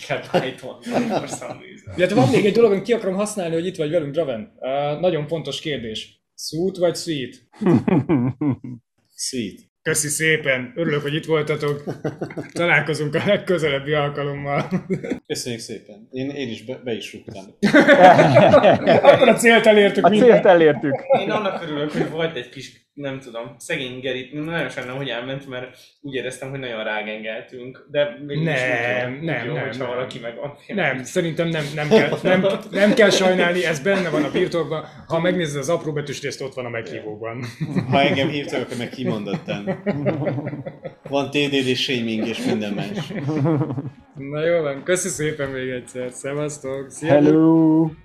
Illetve van még egy dolog, amit ki akarom használni, hogy itt vagy velünk, Draven. Uh, nagyon fontos kérdés. Sweet vagy sweet? Sweet. Köszi szépen, örülök, hogy itt voltatok. Találkozunk a legközelebbi alkalommal. Köszönjük szépen. Én, én is be, be is rúgtam. Akkor a célt elértük. A célt elértük. Én annak örülök, hogy volt egy kis, nem tudom, szegény Gerit, nagyon sajnálom, hogy elment, mert úgy éreztem, hogy nagyon rágengeltünk, de még nem, nem, jó, nem, jó, nem, hogyha nem. valaki meg van. Nem, szerintem nem, nem, kell, nem, nem kell sajnálni, ez benne van a birtokban. Ha megnézed az apróbetűs részt, ott van a meghívóban. Ha engem hívtak, akkor meg kimondottan. Van té dé dé shaming és minden más. Na jó van, köszi szépen még egyszer, szevasztok, szia! Hello!